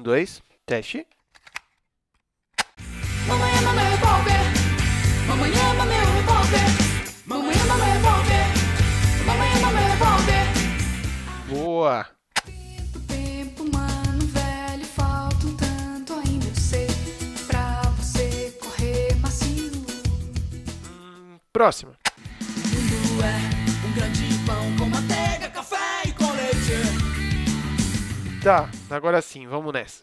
2, teste. Mamãe ama meu revólver. Mamãe ama meu revólver. Mamãe ama meu revólver. Mamãe ama meu revólver. Boa! Tempo, mano, velho, falta um tanto ainda eu sei pra você correr macio. Próxima. O mundo é um grande pão com manteiga, café e com leite. Tá, agora sim, vamos nessa.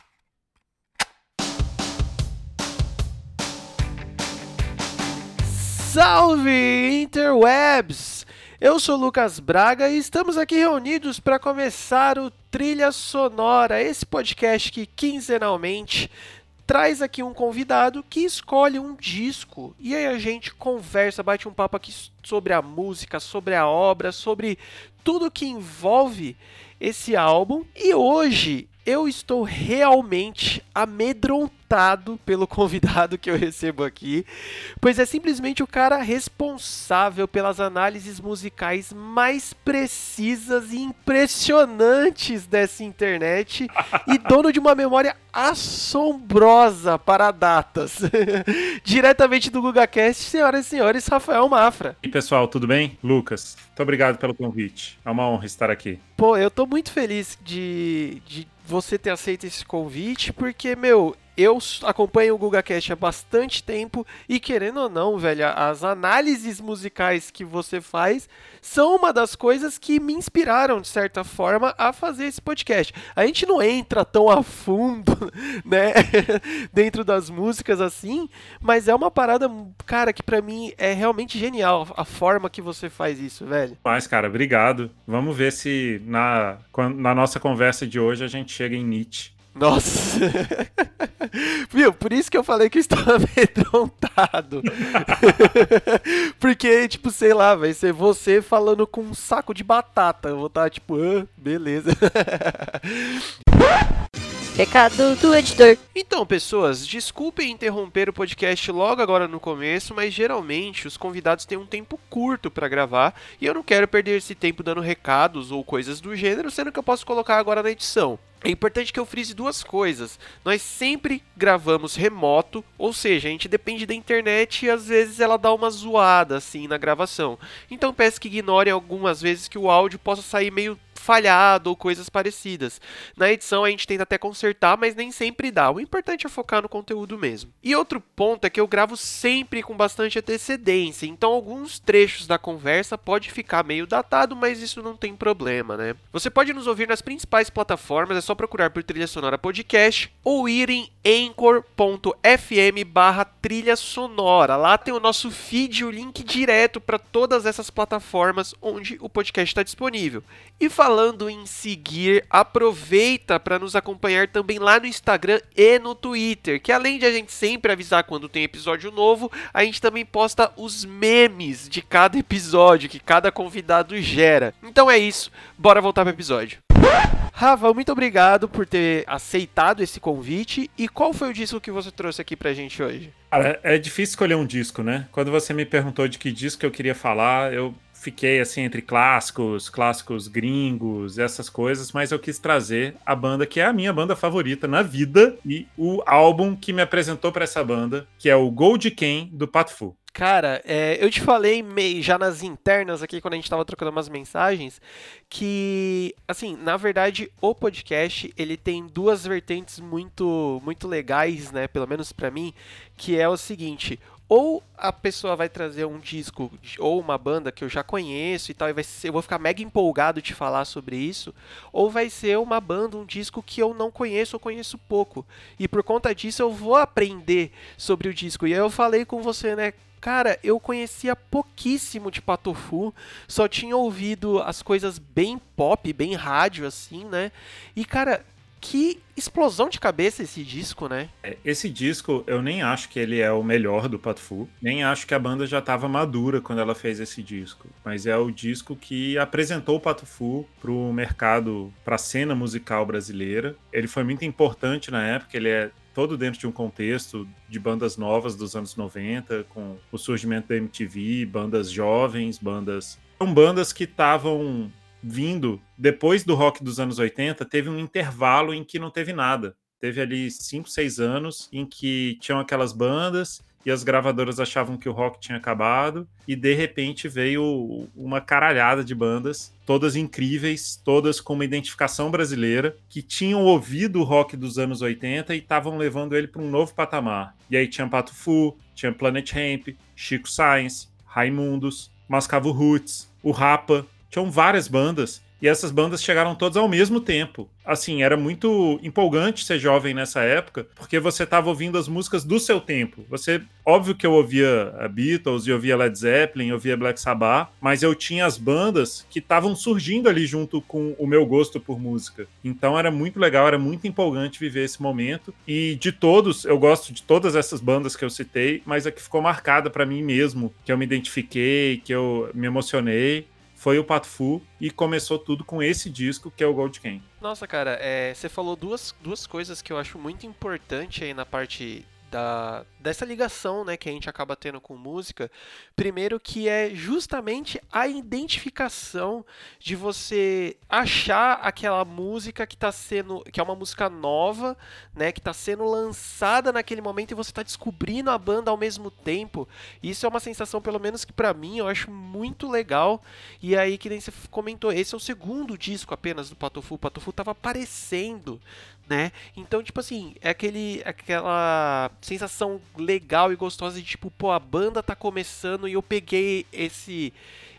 Salve, interwebs! Eu sou Lucas Braga e estamos aqui reunidos para começar o Trilha Sonora, esse podcast que quinzenalmente traz aqui um convidado que escolhe um disco e aí a gente conversa, bate um papo aqui sobre a música, sobre a obra, sobre tudo que envolve esse álbum. E hoje eu estou realmente amedrontado pelo convidado que eu recebo aqui, pois é simplesmente o cara responsável pelas análises musicais mais precisas e impressionantes dessa internet e dono de uma memória assombrosa para datas. Diretamente do GugaCast, senhoras e senhores, Rafael Mafra. E pessoal, tudo bem? Lucas, muito obrigado pelo convite. É uma honra estar aqui. Pô, eu tô muito feliz de você ter aceito esse convite, porque, eu acompanho o GugaCast há bastante tempo e, querendo ou não, velho, as análises musicais que você faz são uma das coisas que me inspiraram, de certa forma, a fazer esse podcast. A gente não entra tão a fundo, né, dentro das músicas assim, mas é uma parada, cara, que pra mim é realmente genial a forma que você faz isso, velho. Mas, cara, obrigado. Vamos ver se na nossa conversa de hoje a gente chega em Nietzsche. Nossa! Viu? Por isso que eu falei que eu estou amedrontado. Porque, tipo, sei lá, vai ser você falando com um saco de batata. Eu vou estar tipo, beleza. Recado do editor. Então, pessoas, desculpem interromper o podcast logo agora no começo, mas geralmente os convidados têm um tempo curto para gravar e eu não quero perder esse tempo dando recados ou coisas do gênero, sendo que eu posso colocar agora na edição. É importante que eu frise duas coisas. Nós sempre gravamos remoto, ou seja, a gente depende da internet e às vezes ela dá uma zoada assim na gravação. Então peço que ignorem algumas vezes que o áudio possa sair meio falhado ou coisas parecidas. Na edição a gente tenta até consertar, mas nem sempre dá. O importante é focar no conteúdo mesmo. E outro ponto é que eu gravo sempre com bastante antecedência, então alguns trechos da conversa pode ficar meio datado, mas isso não tem problema, né? Você pode nos ouvir nas principais plataformas, é só procurar por Trilha Sonora Podcast ou ir em anchor.fm/trilha sonora. Lá tem o nosso feed, o link direto para todas essas plataformas onde o podcast está disponível. E falando em seguir, aproveita para nos acompanhar também lá no Instagram e no Twitter, que além de a gente sempre avisar quando tem episódio novo, a gente também posta os memes de cada episódio que cada convidado gera. Então é isso, bora voltar para o episódio. Rafa, muito obrigado por ter aceitado esse convite. E qual foi o disco que você trouxe aqui pra gente hoje? Cara, é difícil escolher um disco, né? Quando você me perguntou de que disco eu queria falar, eu fiquei assim entre clássicos gringos, essas coisas, mas eu quis trazer a banda que é a minha banda favorita na vida e o álbum que me apresentou pra essa banda, que é o Gold Can do Pato Fu. Cara, eu te falei já nas internas aqui, quando a gente tava trocando umas mensagens, que, assim, na verdade, o podcast, ele tem duas vertentes muito, muito legais, né, pelo menos pra mim, que é o seguinte: ou a pessoa vai trazer um disco ou uma banda que eu já conheço e tal, e eu vou ficar mega empolgado de falar sobre isso, ou vai ser uma banda, um disco que eu não conheço ou conheço pouco. E por conta disso eu vou aprender sobre o disco. E aí eu falei com você, né? Cara, eu conhecia pouquíssimo de Pato Fu, só tinha ouvido as coisas bem pop, bem rádio, assim, né? E, cara, que explosão de cabeça esse disco, né? Esse disco, eu nem acho que ele é o melhor do Pato Fu, nem acho que a banda já estava madura quando ela fez esse disco, mas é o disco que apresentou o Pato Fu pro mercado, pra cena musical brasileira. Ele foi muito importante na época, ele é todo dentro de um contexto de bandas novas dos anos 90, com o surgimento da MTV, bandas jovens, bandas que estavam vindo depois do rock dos anos 80, teve um intervalo em que não teve nada. Teve ali 5, 6 anos em que tinham aquelas bandas e as gravadoras achavam que o rock tinha acabado e de repente veio uma caralhada de bandas, todas incríveis, todas com uma identificação brasileira, que tinham ouvido o rock dos anos 80 e estavam levando ele para um novo patamar. E aí tinha Pato Fu, tinha Planet Hemp, Chico Science, Raimundos, Mascavo Roots, o Rapa, tinham várias bandas. E essas bandas chegaram todas ao mesmo tempo. Assim, era muito empolgante ser jovem nessa época, porque você estava ouvindo as músicas do seu tempo. Óbvio que eu ouvia Beatles, eu ouvia Led Zeppelin, eu ouvia Black Sabbath, mas eu tinha as bandas que estavam surgindo ali junto com o meu gosto por música. Então era muito legal, era muito empolgante viver esse momento. E de todos, eu gosto de todas essas bandas que eu citei, mas a que ficou marcada para mim mesmo, que eu me identifiquei, que eu me emocionei, foi o Pato Fu, e começou tudo com esse disco, que é o Gold Can. Nossa, cara, você falou duas coisas que eu acho muito importante aí na parte dessa ligação, né, que a gente acaba tendo com música. Primeiro, que é justamente a identificação de você achar aquela música que é uma música nova, né, que está sendo lançada naquele momento e você está descobrindo a banda ao mesmo tempo. Isso é uma sensação, pelo menos que pra mim, eu acho muito legal. E aí, que nem você comentou, esse é o segundo disco apenas do Pato Fu. O Pato Fu tava aparecendo, né? Então, tipo assim, é aquela sensação legal e gostosa de tipo, pô, a banda tá começando e eu peguei esse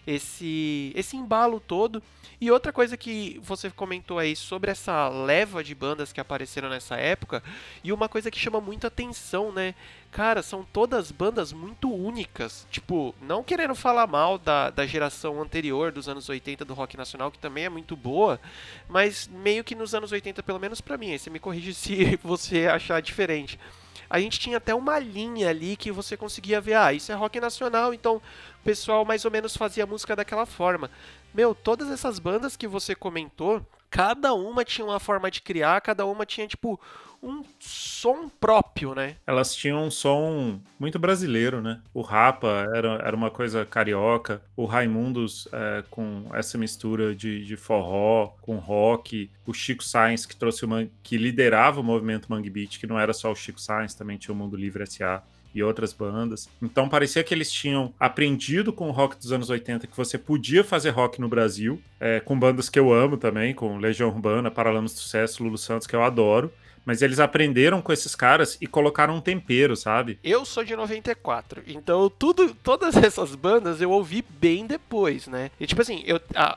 embalo todo. E outra coisa que você comentou aí sobre essa leva de bandas que apareceram nessa época, e uma coisa que chama muita atenção, né? Cara, são todas bandas muito únicas. Tipo, não querendo falar mal da geração anterior, dos anos 80 do rock nacional, que também é muito boa, mas meio que nos anos 80, pelo menos pra mim, aí você me corrige se você achar diferente. A gente tinha até uma linha ali que você conseguia ver, isso é rock nacional, então o pessoal mais ou menos fazia música daquela forma. Meu, todas essas bandas que você comentou, cada uma tinha uma forma de criar, cada uma tinha, tipo, um som próprio, né? Elas tinham um som muito brasileiro, né? O Rapa era uma coisa carioca, o Raimundos com essa mistura de forró com rock, o Chico Science que liderava o movimento Mangue Beat, que não era só o Chico Science, também tinha o Mundo Livre S.A., e outras bandas. Então parecia que eles tinham aprendido com o rock dos anos 80 que você podia fazer rock no Brasil, com bandas que eu amo também, com Legião Urbana, Paralamas do Sucesso, Lulu Santos, que eu adoro. Mas eles aprenderam com esses caras e colocaram um tempero, sabe? Eu sou de 94, então todas essas bandas eu ouvi bem depois, né? E tipo assim,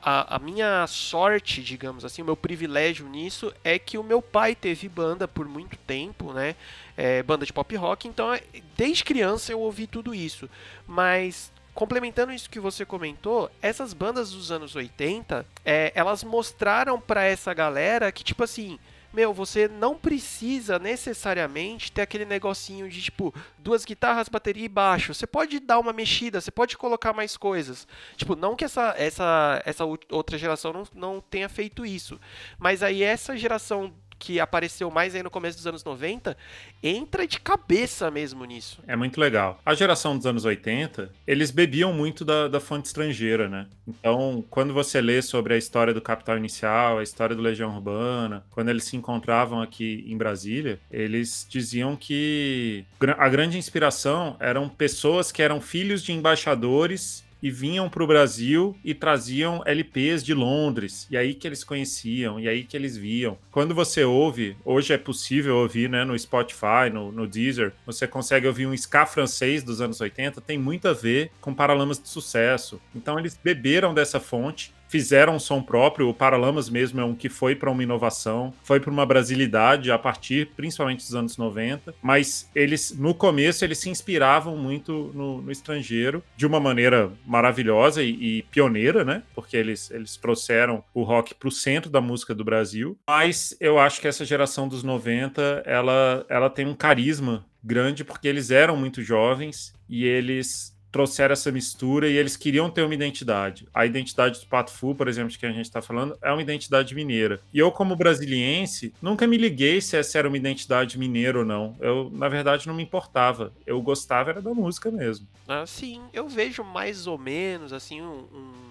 a minha sorte, digamos assim, o meu privilégio nisso é que o meu pai teve banda por muito tempo, né? Banda de pop rock, então desde criança eu ouvi tudo isso. Mas complementando isso que você comentou, essas bandas dos anos 80, elas mostraram pra essa galera que tipo assim, meu, você não precisa necessariamente ter aquele negocinho de, tipo, 2 guitarras, bateria e baixo. Você pode dar uma mexida, você pode colocar mais coisas. Tipo, não que essa outra geração não tenha feito isso. Mas aí essa geração que apareceu mais aí no começo dos anos 90, entra de cabeça mesmo nisso. É muito legal. A geração dos anos 80, eles bebiam muito da fonte estrangeira, né? Então, quando você lê sobre a história do Capital Inicial, a história do Legião Urbana, quando eles se encontravam aqui em Brasília, eles diziam que a grande inspiração eram pessoas que eram filhos de embaixadores e vinham para o Brasil e traziam LPs de Londres, e aí que eles conheciam, e aí que eles viam. Quando você ouve, hoje é possível ouvir, né, no Spotify, no Deezer, você consegue ouvir um ska francês dos anos 80, tem muito a ver com Paralamas de Sucesso. Então eles beberam dessa fonte, fizeram um som próprio. O Paralamas mesmo é um que foi para uma inovação, foi para uma brasilidade a partir principalmente dos anos 90, mas eles, no começo, eles se inspiravam muito no estrangeiro, de uma maneira maravilhosa e pioneira, né? Porque eles trouxeram o rock para o centro da música do Brasil. Mas eu acho que essa geração dos 90, ela tem um carisma grande, porque eles eram muito jovens e eles trouxeram essa mistura e eles queriam ter uma identidade. A identidade do Pato Fu, por exemplo, de que a gente está falando, é uma identidade mineira. E eu, como brasiliense, nunca me liguei se essa era uma identidade mineira ou não. Eu, na verdade, não me importava. Eu gostava era da música mesmo. Sim, eu vejo mais ou menos, assim,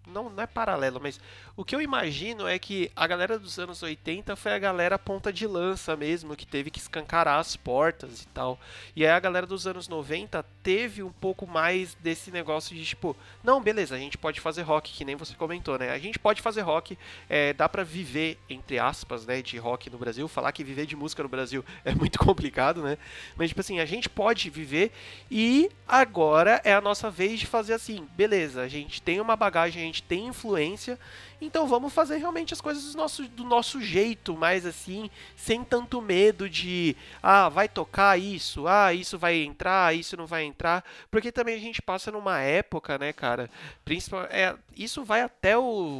não é paralelo, mas o que eu imagino é que a galera dos anos 80 foi a galera ponta de lança mesmo, que teve que escancarar as portas e tal. E aí a galera dos anos 90 teve um pouco mais desse negócio de tipo, não, beleza, a gente pode fazer rock, que nem você comentou, né? A gente pode fazer rock, dá pra viver, entre aspas, né, de rock no Brasil. Falar que viver de música no Brasil é muito complicado, né? Mas tipo assim, a gente pode viver e agora é a nossa vez de fazer assim, beleza, a gente tem uma bagagem, a gente tem influência, então vamos fazer realmente as coisas do nosso jeito, mais assim, sem tanto medo de, vai tocar isso, isso vai entrar, isso não vai entrar, porque também a gente passa numa época, né, cara, isso vai até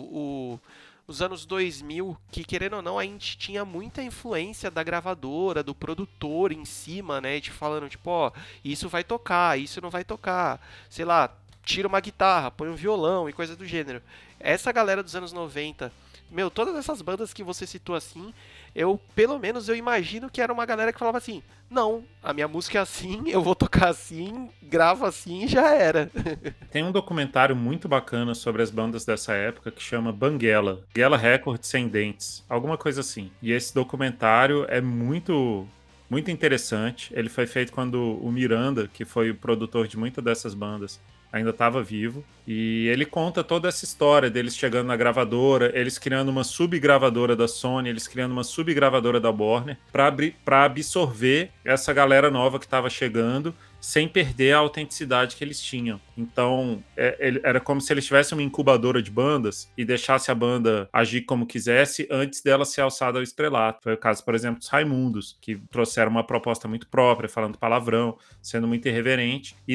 os anos 2000, que querendo ou não, a gente tinha muita influência da gravadora, do produtor em cima, né, de falando, tipo, isso vai tocar, isso não vai tocar, sei lá, tira uma guitarra, põe um violão e coisa do gênero. Essa galera dos anos 90, meu, todas essas bandas que você citou assim, pelo menos eu imagino que era uma galera que falava assim, não, a minha música é assim, eu vou tocar assim, gravo assim e já era. Tem um documentário muito bacana sobre as bandas dessa época que chama Banguela, Banguela Records Sem Dentes, alguma coisa assim. E esse documentário é muito interessante. Ele foi feito quando o Miranda, que foi o produtor de muitas dessas bandas, ainda estava vivo, e ele conta toda essa história deles chegando na gravadora, eles criando uma subgravadora da Sony, eles criando uma subgravadora da Warner, para absorver essa galera nova que estava chegando, sem perder a autenticidade que eles tinham. Então, era como se eles tivessem uma incubadora de bandas e deixasse a banda agir como quisesse antes dela ser alçada ao estrelato. Foi o caso, por exemplo, dos Raimundos, que trouxeram uma proposta muito própria, falando palavrão, sendo muito irreverente, e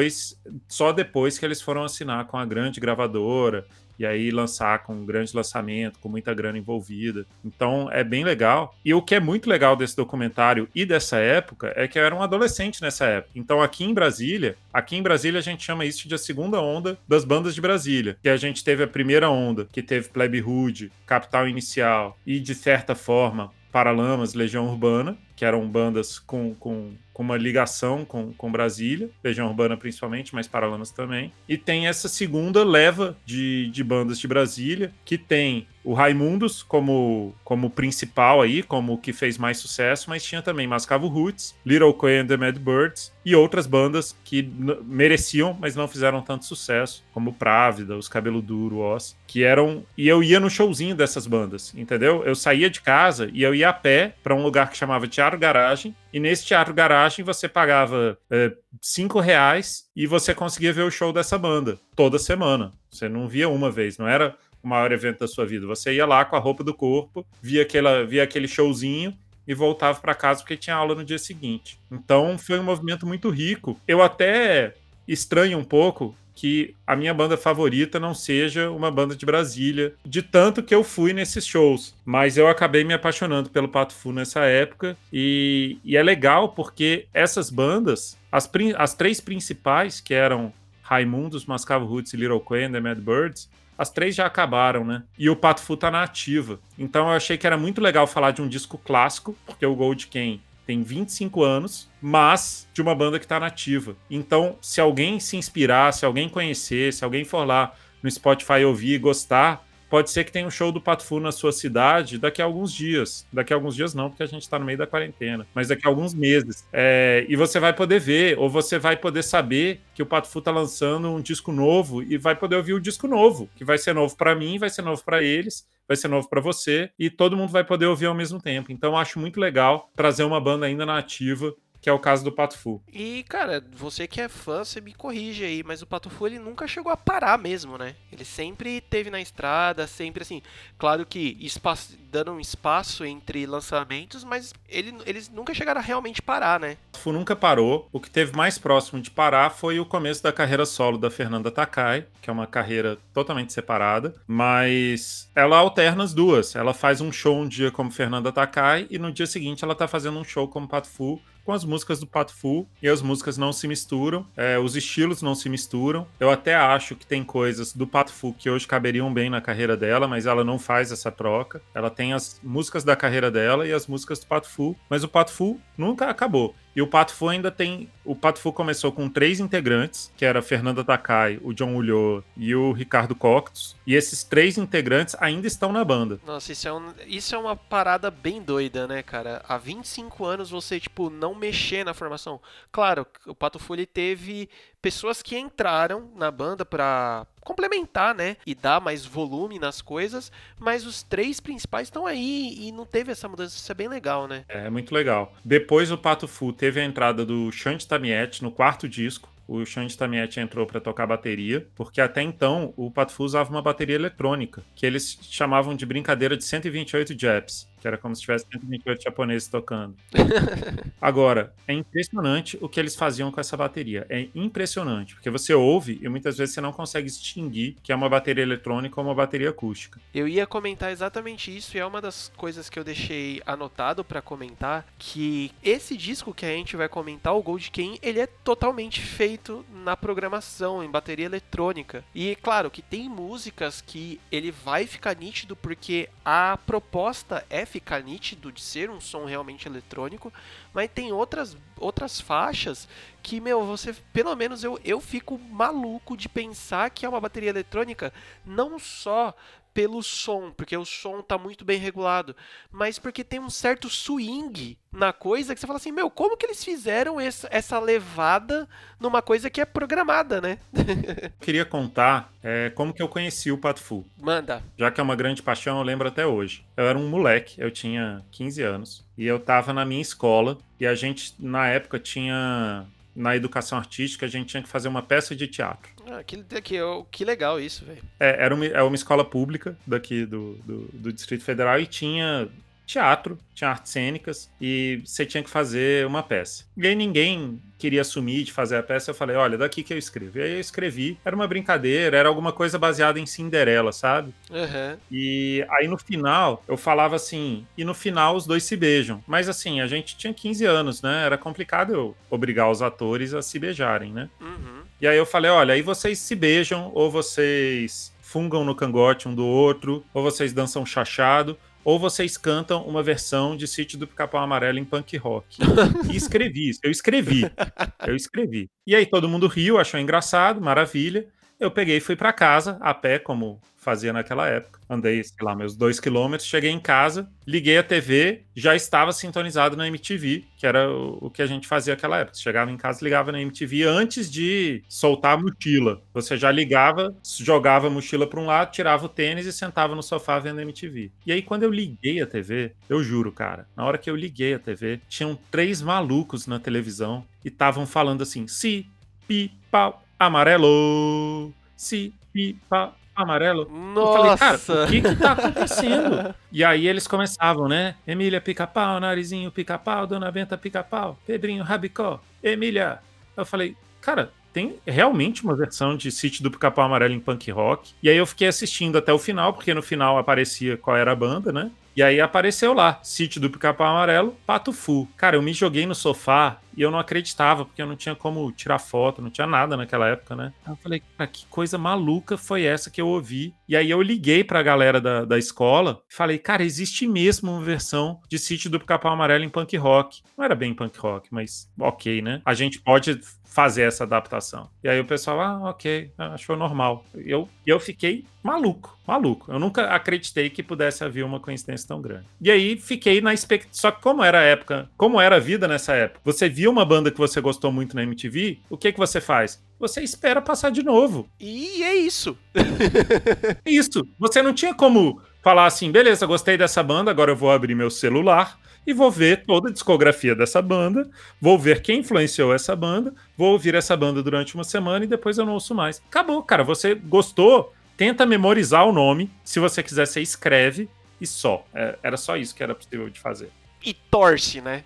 só depois que eles foram assinar com a grande gravadora, e aí lançar com um grande lançamento, com muita grana envolvida. Então é bem legal. E o que é muito legal desse documentário e dessa época é que eu era um adolescente nessa época. Então aqui em Brasília a gente chama isso de a segunda onda das bandas de Brasília. Que a gente teve a primeira onda, que teve Plebe Rude, Capital Inicial e, de certa forma, Paralamas, Legião Urbana, que eram bandas com uma ligação com Brasília, Legião Urbana principalmente, mas Paralamas também. E tem essa segunda leva de bandas de Brasília, que tem o Raimundos como principal aí, como o que fez mais sucesso, mas tinha também Mascavo Roots, Little Quay and the Mad Birds e outras bandas que mereciam, mas não fizeram tanto sucesso, como Právida, Os Cabelo Duro, Oz, que eram... E eu ia no showzinho dessas bandas, entendeu? Eu saía de casa e eu ia a pé para um lugar que chamava Teatro Garagem, e nesse Teatro Garagem você pagava R$5 e você conseguia ver o show dessa banda toda semana. Você não via uma vez, não era o maior evento da sua vida. Você ia lá com a roupa do corpo, via aquele showzinho e voltava para casa porque tinha aula no dia seguinte. Então foi um movimento muito rico. Eu até estranho um pouco que a minha banda favorita não seja uma banda de Brasília, de tanto que eu fui nesses shows. Mas eu acabei me apaixonando pelo Pato Fu nessa época, e é legal porque essas bandas, as três principais, que eram Raimundos, Mascavo Roots e Little Quay and the Mad Birds, as três já acabaram, né? E o Pato Fu tá na ativa. Então eu achei que era muito legal falar de um disco clássico, porque o Gold Ken tem 25 anos, mas de uma banda que tá nativa. Então, se alguém se inspirar, se alguém conhecer, se alguém for lá no Spotify ouvir e gostar, pode ser que tenha um show do Pato Fu na sua cidade daqui a alguns dias. Daqui a alguns dias não, porque a gente tá no meio da quarentena. Mas daqui a alguns meses. E você vai poder ver, ou você vai poder saber que o Pato Fu tá lançando um disco novo e vai poder ouvir o disco novo, que vai ser novo pra mim, vai ser novo pra eles, vai ser novo pra você, e todo mundo vai poder ouvir ao mesmo tempo. Então eu acho muito legal trazer uma banda ainda na ativa, que é o caso do Pato Fu. E, cara, você que é fã, você me corrige aí, mas o Pato Fu, ele nunca chegou a parar mesmo, né? Ele sempre teve na estrada, sempre assim, claro que dando um espaço entre lançamentos, mas eles nunca chegaram a realmente parar, né? O Pato Fu nunca parou. O que teve mais próximo de parar foi o começo da carreira solo da Fernanda Takai, que é uma carreira totalmente separada, mas ela alterna as duas. Ela faz um show um dia como Fernanda Takai e no dia seguinte ela tá fazendo um show como Pato Fu, com as músicas do Pato Fu, e as músicas não se misturam, os estilos não se misturam. Eu até acho que tem coisas do Pato Fu que hoje caberiam bem na carreira dela, mas ela não faz essa troca. Ela tem as músicas da carreira dela e as músicas do Pato Fu, mas o Pato Fu nunca acabou. E o Pato Fu ainda tem... O Pato Fu começou com 3 integrantes, que era a Fernanda Takai, o John Ulloa e o Ricardo Coctus. E esses 3 integrantes ainda estão na banda. Nossa, isso é uma parada bem doida, né, cara? Há 25 anos você, tipo, não mexer na formação. Claro, o Pato Fu ele teve pessoas que entraram na banda pra complementar, né? E dar mais volume nas coisas, mas os 3 principais estão aí e não teve essa mudança. Isso é bem legal, né? É muito legal. Depois o Pato Fu teve a entrada do Xande Tamiete no 4º disco. O Xande Tamiete entrou para tocar bateria, porque até então o Pato Fu usava uma bateria eletrônica, que eles chamavam de brincadeira de 128 Japs, que era como se tivesse 128 japoneses tocando. Agora, é impressionante o que eles faziam com essa bateria. É impressionante, porque você ouve e muitas vezes você não consegue distinguir que é uma bateria eletrônica ou uma bateria acústica. Eu ia comentar exatamente isso e é uma das coisas que eu deixei anotado pra comentar, que esse disco que a gente vai comentar, o Gold King, ele é totalmente feito na programação, em bateria eletrônica. E claro que tem músicas que ele vai ficar nítido porque a proposta é ficar nítido de ser um som realmente eletrônico, mas tem outras faixas que, meu, você, pelo menos eu fico maluco de pensar que é uma bateria eletrônica, não só pelo som, porque o som tá muito bem regulado, mas porque tem um certo swing na coisa que você fala assim, meu, como que eles fizeram essa levada numa coisa que é programada, né? Eu queria contar como que eu conheci o Pato Fu. Manda. Já que é uma grande paixão, eu lembro até hoje. Eu era um moleque, eu tinha 15 anos, e eu tava na minha escola, e a gente, na época, tinha... Na educação artística, a gente tinha que fazer uma peça de teatro. Ah, que legal isso, velho. Era uma escola pública daqui do Distrito Federal e tinha teatro, tinha artes cênicas e você tinha que fazer uma peça. E aí ninguém queria assumir de fazer a peça, eu falei, olha, daqui que eu escrevo. E aí eu escrevi, era uma brincadeira, era alguma coisa baseada em Cinderela, sabe? Uhum. E aí no final, eu falava assim, e no final os dois se beijam. Mas assim, a gente tinha 15 anos, né? Era complicado eu obrigar os atores a se beijarem, né? Uhum. E aí eu falei, olha, aí vocês se beijam, ou vocês fungam no cangote um do outro, ou vocês dançam chachado, ou vocês cantam uma versão de Sítio do Pica-Pau Amarelo em punk rock. E escrevi isso, eu escrevi. E aí todo mundo riu, achou engraçado, maravilha. Eu peguei e fui pra casa, a pé, como fazia naquela época. Andei, sei lá, meus 2 quilômetros, cheguei em casa, liguei a TV, já estava sintonizado na MTV, que era o que a gente fazia naquela época. Você chegava em casa, ligava na MTV antes de soltar a mochila. Você já ligava, jogava a mochila para um lado, tirava o tênis e sentava no sofá vendo a MTV. E aí, quando eu liguei a TV, eu juro, cara, na hora que eu liguei a TV, tinham 3 malucos na televisão e estavam falando assim, si, pi, pau, amarelo, si, pi, pau, amarelo. Nossa! Eu falei, cara, o que tá acontecendo? E aí eles começavam, né? Emília Pica-Pau, Narizinho Pica-Pau, Dona Benta Pica-Pau, Pedrinho Rabicó, Emília. Eu falei, cara, tem realmente uma versão de Sítio do Pica-Pau Amarelo em punk rock. E aí eu fiquei assistindo até o final, porque no final aparecia qual era a banda, né? E aí apareceu lá, Sítio do Pica-Pau Amarelo, Pato Fu. Cara, eu me joguei no sofá e eu não acreditava, porque eu não tinha como tirar foto, não tinha nada naquela época, né? Aí eu falei, cara, que coisa maluca foi essa que eu ouvi? E aí eu liguei pra galera da escola e falei, cara, existe mesmo uma versão de Sítio do Pica-Pau Amarelo em punk rock. Não era bem punk rock, mas ok, né? A gente pode fazer essa adaptação. E aí o pessoal, ok, achou normal. E eu fiquei maluco. Eu nunca acreditei que pudesse haver uma coincidência tão grande. E aí fiquei na expectativa. Só que como era a vida nessa época, você via uma banda que você gostou muito na MTV, o que você faz? Você espera passar de novo. E é isso. Isso. Você não tinha como falar assim, beleza, gostei dessa banda, agora eu vou abrir meu celular e vou ver toda a discografia dessa banda, vou ver quem influenciou essa banda, vou ouvir essa banda durante uma semana e depois eu não ouço mais. Acabou, cara. Você gostou? Tenta memorizar o nome. Se você quiser, você escreve e só. Era só isso que era possível de fazer. E torce, né?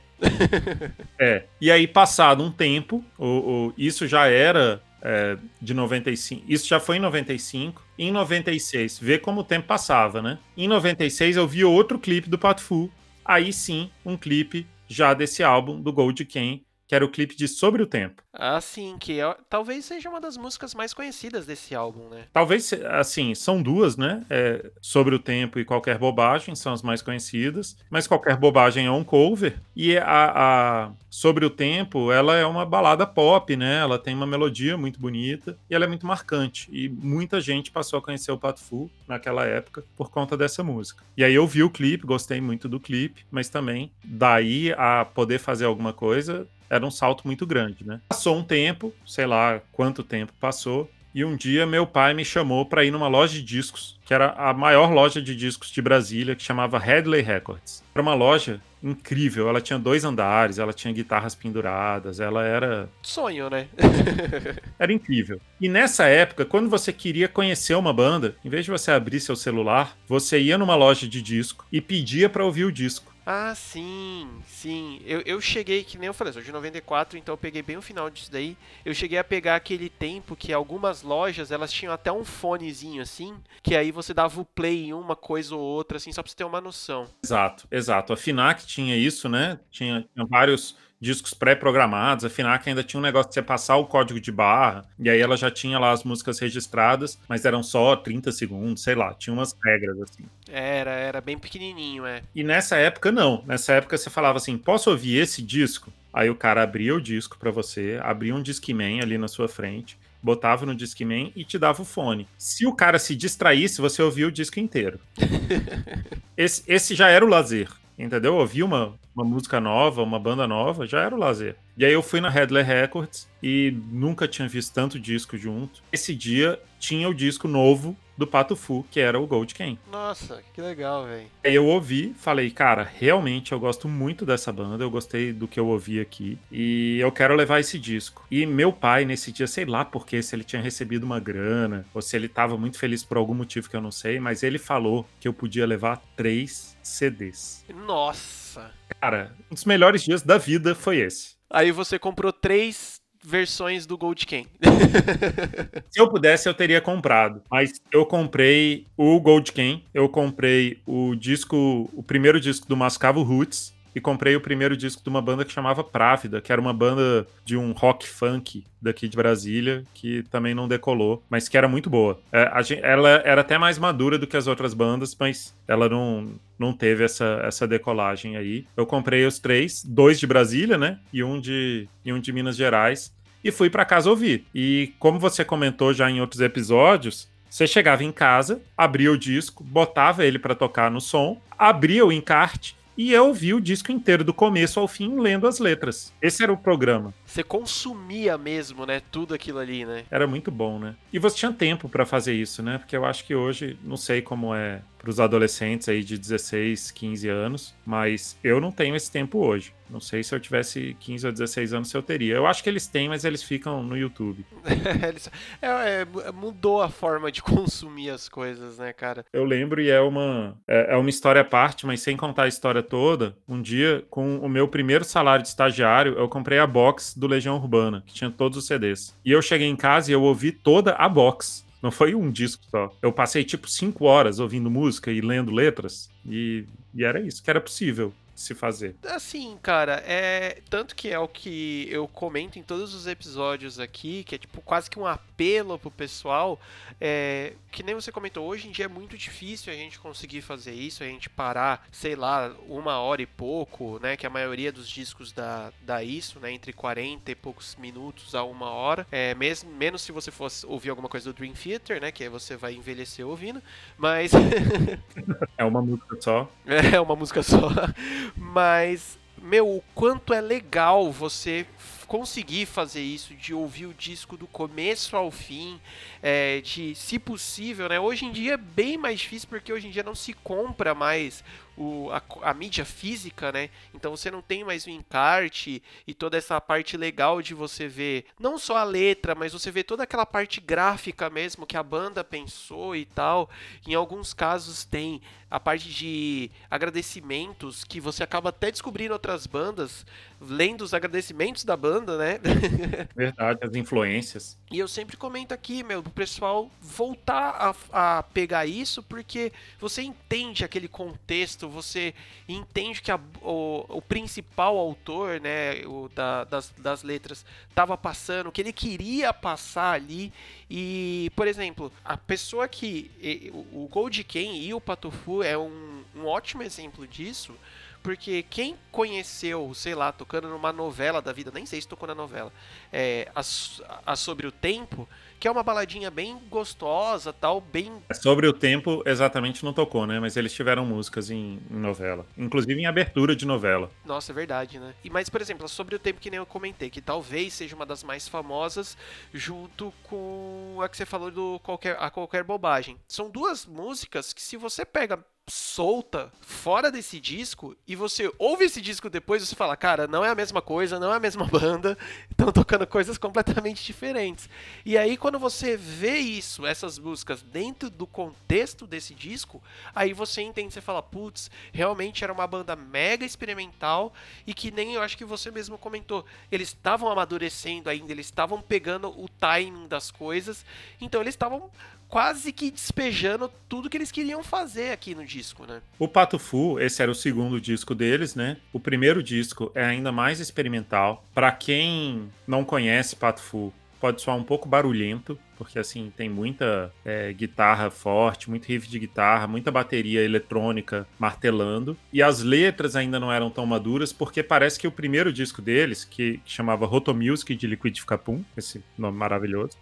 E aí, passado um tempo, isso já era de 95. Isso já foi em 95. Em 96, vê como o tempo passava, né? Em 96, eu vi outro clipe do Pato Fu. Aí sim, um clipe já desse álbum, do Gold Ken, que era o clipe de Sobre o Tempo. Ah, sim, talvez seja uma das músicas mais conhecidas desse álbum, né? Talvez, assim, são duas, né? Sobre o Tempo e Qualquer Bobagem são as mais conhecidas, mas Qualquer Bobagem é um cover, e a Sobre o Tempo, ela é uma balada pop, né? Ela tem uma melodia muito bonita e ela é muito marcante, e muita gente passou a conhecer o Pato Fu naquela época por conta dessa música. E aí eu vi o clipe, gostei muito do clipe, mas também daí a poder fazer alguma coisa era um salto muito grande, né? Passou um tempo, sei lá quanto tempo passou, e um dia meu pai me chamou para ir numa loja de discos, que era a maior loja de discos de Brasília, que chamava Headley Records. Era uma loja incrível, ela tinha 2 andares, ela tinha guitarras penduradas, ela era... Sonho, né? Era incrível. E nessa época, quando você queria conhecer uma banda, em vez de você abrir seu celular, você ia numa loja de disco e pedia para ouvir o disco. Ah, sim. Eu cheguei, que nem eu falei, eu sou de 94, então eu peguei bem o final disso daí. Eu cheguei a pegar aquele tempo que algumas lojas, elas tinham até um fonezinho assim, que aí você dava o play em uma coisa ou outra, assim, só pra você ter uma noção. Exato. A Fnac tinha isso, né? Tinha vários discos pré-programados. A Fnac ainda tinha um negócio de você passar o código de barra, e aí ela já tinha lá as músicas registradas, mas eram só 30 segundos, sei lá, tinha umas regras assim. Era bem pequenininho, E nessa época não. Nessa época você falava assim, posso ouvir esse disco? Aí o cara abria o disco pra você, abria um Discman ali na sua frente, botava no Discman e te dava o fone. Se o cara se distraísse, você ouvia o disco inteiro. Esse já era o lazer, entendeu? Ouvir uma música nova, uma banda nova, já era o lazer. E aí eu fui na Headley Records e nunca tinha visto tanto disco junto. Esse dia tinha o disco novo do Pato Fu, que era o Gold Can. Nossa, que legal, velho. Aí eu ouvi, falei, cara, realmente eu gosto muito dessa banda, eu gostei do que eu ouvi aqui e eu quero levar esse disco. E meu pai, nesse dia, sei lá porque, se ele tinha recebido uma grana ou se ele tava muito feliz por algum motivo que eu não sei, mas ele falou que eu podia levar 3 CDs. Nossa. Cara, um dos melhores dias da vida foi esse. Aí você comprou 3 versões do Gold Can. Se eu pudesse, eu teria comprado. Mas eu comprei o Gold Can, eu comprei o primeiro disco do Mascavo Roots, e comprei o primeiro disco de uma banda que chamava Právida, que era uma banda de um rock funk daqui de Brasília, que também não decolou, mas que era muito boa. Ela era até mais madura do que as outras bandas, mas ela não teve essa decolagem aí. Eu comprei os 3, 2 de Brasília, né? E um de Minas Gerais. E fui pra casa ouvir. E como você comentou já em outros episódios, você chegava em casa, abria o disco, botava ele pra tocar no som, abria o encarte e eu ouvi o disco inteiro, do começo ao fim, lendo as letras. Esse era o programa. Você consumia mesmo, né? Tudo aquilo ali, né? Era muito bom, né? E você tinha tempo pra fazer isso, né? Porque eu acho que hoje, não sei como é pros adolescentes aí de 16, 15 anos, mas eu não tenho esse tempo hoje. Não sei se eu tivesse 15 ou 16 anos se eu teria. Eu acho que eles têm, mas eles ficam no YouTube. Mudou a forma de consumir as coisas, né, cara? Eu lembro, e é uma história à parte, mas sem contar a história toda, um dia, com o meu primeiro salário de estagiário, eu comprei a box do Legião Urbana, que tinha todos os CDs. E eu cheguei em casa e eu ouvi toda a box. Não foi um disco só. Eu passei tipo 5 horas ouvindo música e lendo letras, e era isso que era possível se fazer. Assim, cara, tanto que é o que eu comento em todos os episódios aqui, que é tipo quase que um apelo pro pessoal, que nem você comentou, hoje em dia é muito difícil a gente conseguir fazer isso, a gente parar, sei lá, 1 hora e pouco, né, que a maioria dos discos dá isso, né, entre 40 e poucos minutos a 1 hora, menos se você fosse ouvir alguma coisa do Dream Theater, né, que aí você vai envelhecer ouvindo, mas... É uma música só. É uma música só. Mas, o quanto é legal você conseguir fazer isso, de ouvir o disco do começo ao fim, de, se possível, né? Hoje em dia é bem mais difícil, porque hoje em dia não se compra mais a mídia física, né? Então você não tem mais o encarte e toda essa parte legal de você ver não só a letra, mas você vê toda aquela parte gráfica mesmo que a banda pensou e tal. Em alguns casos tem a parte de agradecimentos, que você acaba até descobrindo outras bandas lendo os agradecimentos da banda, né? Verdade, as influências. E eu sempre comento aqui, pro pessoal voltar a pegar isso, porque você entende aquele contexto contexto, você entende que o principal autor, né, das letras, estava passando, o que ele queria passar ali. E, por exemplo, a pessoa o Gold Ken e o Patufu é um ótimo exemplo disso, porque quem conheceu, sei lá, tocando numa novela da vida, nem sei se tocou na novela, a Sobre o Tempo, que é uma baladinha bem gostosa, tal, bem... Sobre o Tempo, exatamente não tocou, né? Mas eles tiveram músicas em novela. Inclusive em abertura de novela. Nossa, é verdade, né? Mas, por exemplo, Sobre o Tempo, que nem eu comentei, que talvez seja uma das mais famosas, junto com a que você falou do Qualquer Bobagem. São duas músicas que, se você pega solta fora desse disco e você ouve esse disco depois, você fala, cara, não é a mesma coisa, não é a mesma banda, estão tocando coisas completamente diferentes. E aí quando você vê isso, essas músicas dentro do contexto desse disco, aí você entende, você fala, putz, realmente era uma banda mega experimental e que nem eu acho que você mesmo comentou, eles estavam amadurecendo ainda, eles estavam pegando o timing das coisas, então eles estavam quase que despejando tudo que eles queriam fazer aqui no disco, né? O Patufu, esse era o segundo disco deles, né? O primeiro disco é ainda mais experimental. Pra quem não conhece Patufu, pode soar um pouco barulhento, porque assim, tem muita guitarra forte, muito riff de guitarra, muita bateria eletrônica martelando. E as letras ainda não eram tão maduras, porque parece que o primeiro disco deles, que chamava Rotomusic de Liquidificapum, esse nome maravilhoso,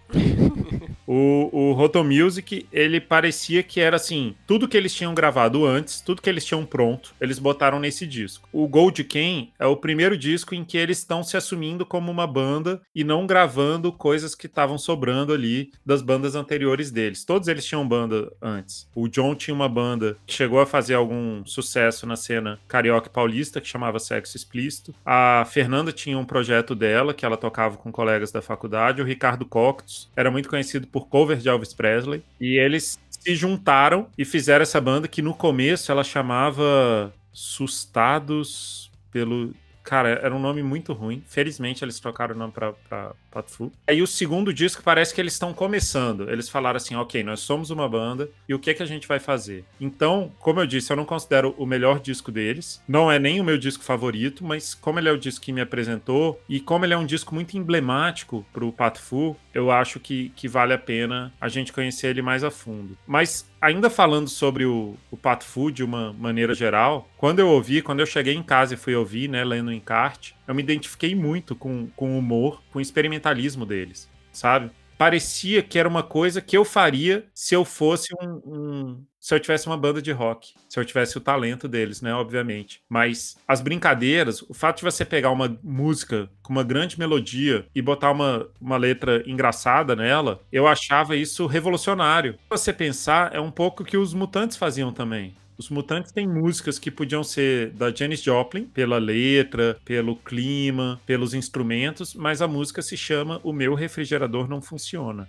o Rotomusic, ele parecia que era assim, tudo que eles tinham gravado antes, tudo que eles tinham pronto, eles botaram nesse disco. O Gold Ken é o primeiro disco em que eles estão se assumindo como uma banda e não gravando coisas que estavam sobrando ali das bandas anteriores deles. Todos eles tinham banda antes. O John tinha uma banda que chegou a fazer algum sucesso na cena carioca e paulista, que chamava Sexo Explícito. A Fernanda tinha um projeto dela, que ela tocava com colegas da faculdade. O Ricardo Coctus era muito conhecido por cover de Elvis Presley. E eles se juntaram e fizeram essa banda que no começo ela chamava Sustados pelo... Cara, era um nome muito ruim. Felizmente eles trocaram o nome pra Patufu. Aí o segundo disco parece que eles estão começando. Eles falaram assim, ok, nós somos uma banda e o que a gente vai fazer? Então, como eu disse, eu não considero o melhor disco deles. Não é nem o meu disco favorito, mas como ele é o disco que me apresentou e como ele é um disco muito emblemático pro Patufu, eu acho que vale a pena a gente conhecer ele mais a fundo. Mas ainda falando sobre o Patufu de uma maneira geral, quando eu cheguei em casa e fui ouvir, né, lendo o encarte, eu me identifiquei muito com o humor, com o experimentalismo deles, sabe? Parecia que era uma coisa que eu faria se eu fosse se eu tivesse uma banda de rock, se eu tivesse o talento deles, né, obviamente. Mas as brincadeiras, o fato de você pegar uma música com uma grande melodia e botar uma letra engraçada nela, eu achava isso revolucionário. Se você pensar, é um pouco o que os Mutantes faziam também. Os Mutantes têm músicas que podiam ser da Janis Joplin, pela letra, pelo clima, pelos instrumentos, mas a música se chama O Meu Refrigerador Não Funciona.